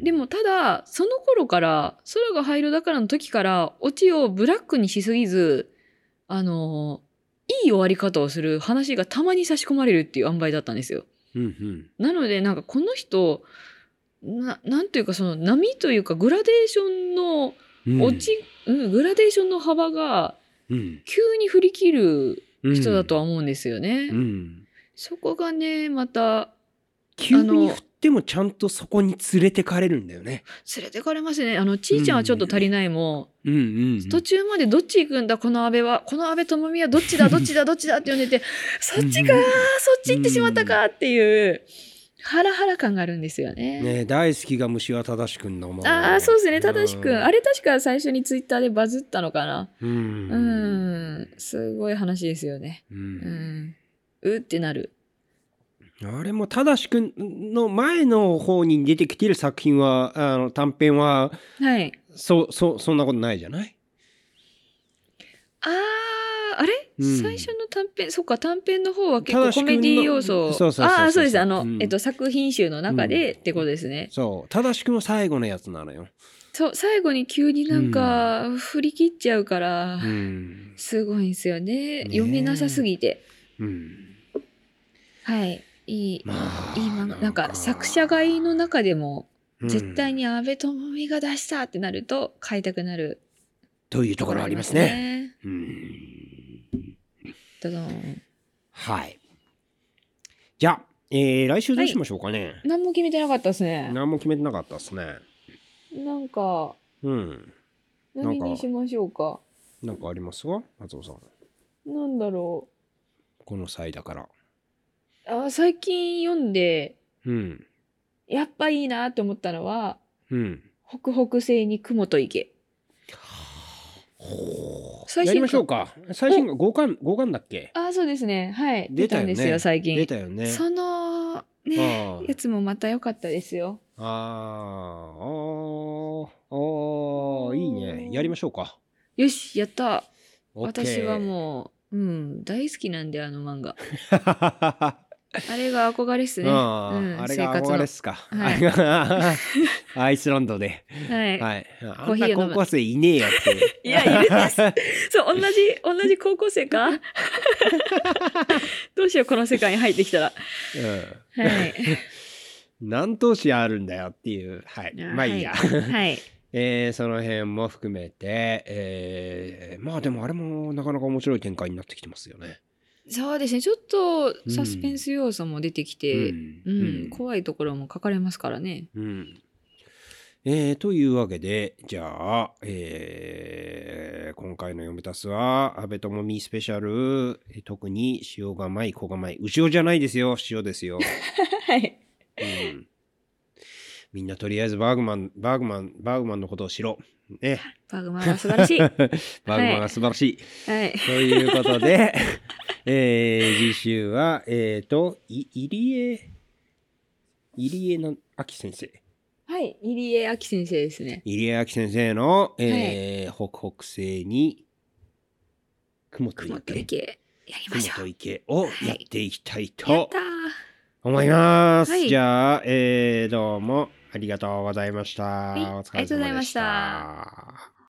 でもただその頃から空が灰色だからの時からオチをブラックにしすぎず、あのいい終わり方をする話がたまに差し込まれるっていう塩梅だったんですよ。うんうん、なのでなんかこの人 な, なんというかその波というかグラデーションの落ち、うんうん、グラデーションの幅が急に振り切る人だとは思うんですよね。うんうん、そこがねまた急に振ってもちゃんとそこに連れてかれるんだよね。 連れてかれますね。あのちいちゃんはちょっと足りないも、うんうんうん、途中までどっち行くんだこの安倍はこの安倍智美はどっちだどっちだどっちだって呼んでてそっちか、うん、そっち行ってしまったかっていうハラハラ感があるんですよね。 ね、大好きが虫は正しくんのもああそうですね正しくん、あれ確か最初にツイッターでバズったのかな。うん、うんすごい話ですよね。うん、うん、うってなる。 あれも正しくんの前の方に出てきてる作品はあの短編は、はい、そ, そ, そんなことないじゃない。 あーあれ、うん、最初の短編そっか短編の方は結構コメディ要素そうそうそうそうああそうですあの、うん、えっと作品集の中で、うん、ってことですね。 そう正しくの最後のやつなのよ。 そう最後に急になんか振り切っちゃうから、うん、すごいんですよ ね, ね読めなさすぎて、うん、はいいい、まあ、いい漫画なんか作者買いの中でも、うん、絶対に安倍智美が出したってなると買いたくなるというところありますね。うん、 どどんはいじゃあ、えー、来週どうしましょうかね。はい、 何も決めてなかったですね。 何も決めてなかったですね。 なんか、うん、何にしましょうか。 なんかありますか松尾さん。 なんだろうこの際だから。 あ最近読んで、うん、やっぱいいなって思ったのは、うん、北北西に雲と池。 最新やりましょうか。最新がごかんごかんだっけ。 あそうですねはい出たんですよ最近。 出たよね。 そのねやつもまた良かったですよ。 あーあーいいねやりましょうか。 よしやった。私はもう、うん、大好きなんであの漫画。あれが憧れっすね。あ,、うん、 あれが憧れっすか。はい、アイスランドで。はい。はい、あんな高校生いねえよって。 いや、いるんです。そう、同じ、同じ高校生かどうしよう、この世界に入ってきたら。うん、はい。 何投資あるんだよっていう。はい。まあいいや。はい。えー、その辺も含めて、えー、まあでもあれもなかなか面白い展開になってきてますよね。 そうですねちょっとサスペンス要素も出てきて、うんうんうん、怖いところも書かれますからね。うんえー、というわけでじゃあ、えー、今回の読み足すは安倍智美スペシャル、特に塩がまい小がまい牛尾じゃないですよ塩ですよ。はい、うん、みんなとりあえずバーグマンバーグマンバーグマンのことを知ろうね。 バーグマンは素晴らしい。バーグマンは素晴らしい。はい、ということで。えー、次週は、えーと、い、入江、入江の秋先生。 はい、入江秋先生ですね。 入江秋先生の、えーはい、北北西に、雲と池。 やりましょう。 雲と池をやっていきたいと思います。はい、じゃあ、えー、どうもありがとうございました。はい、お疲れ様でした。ありがとうございました。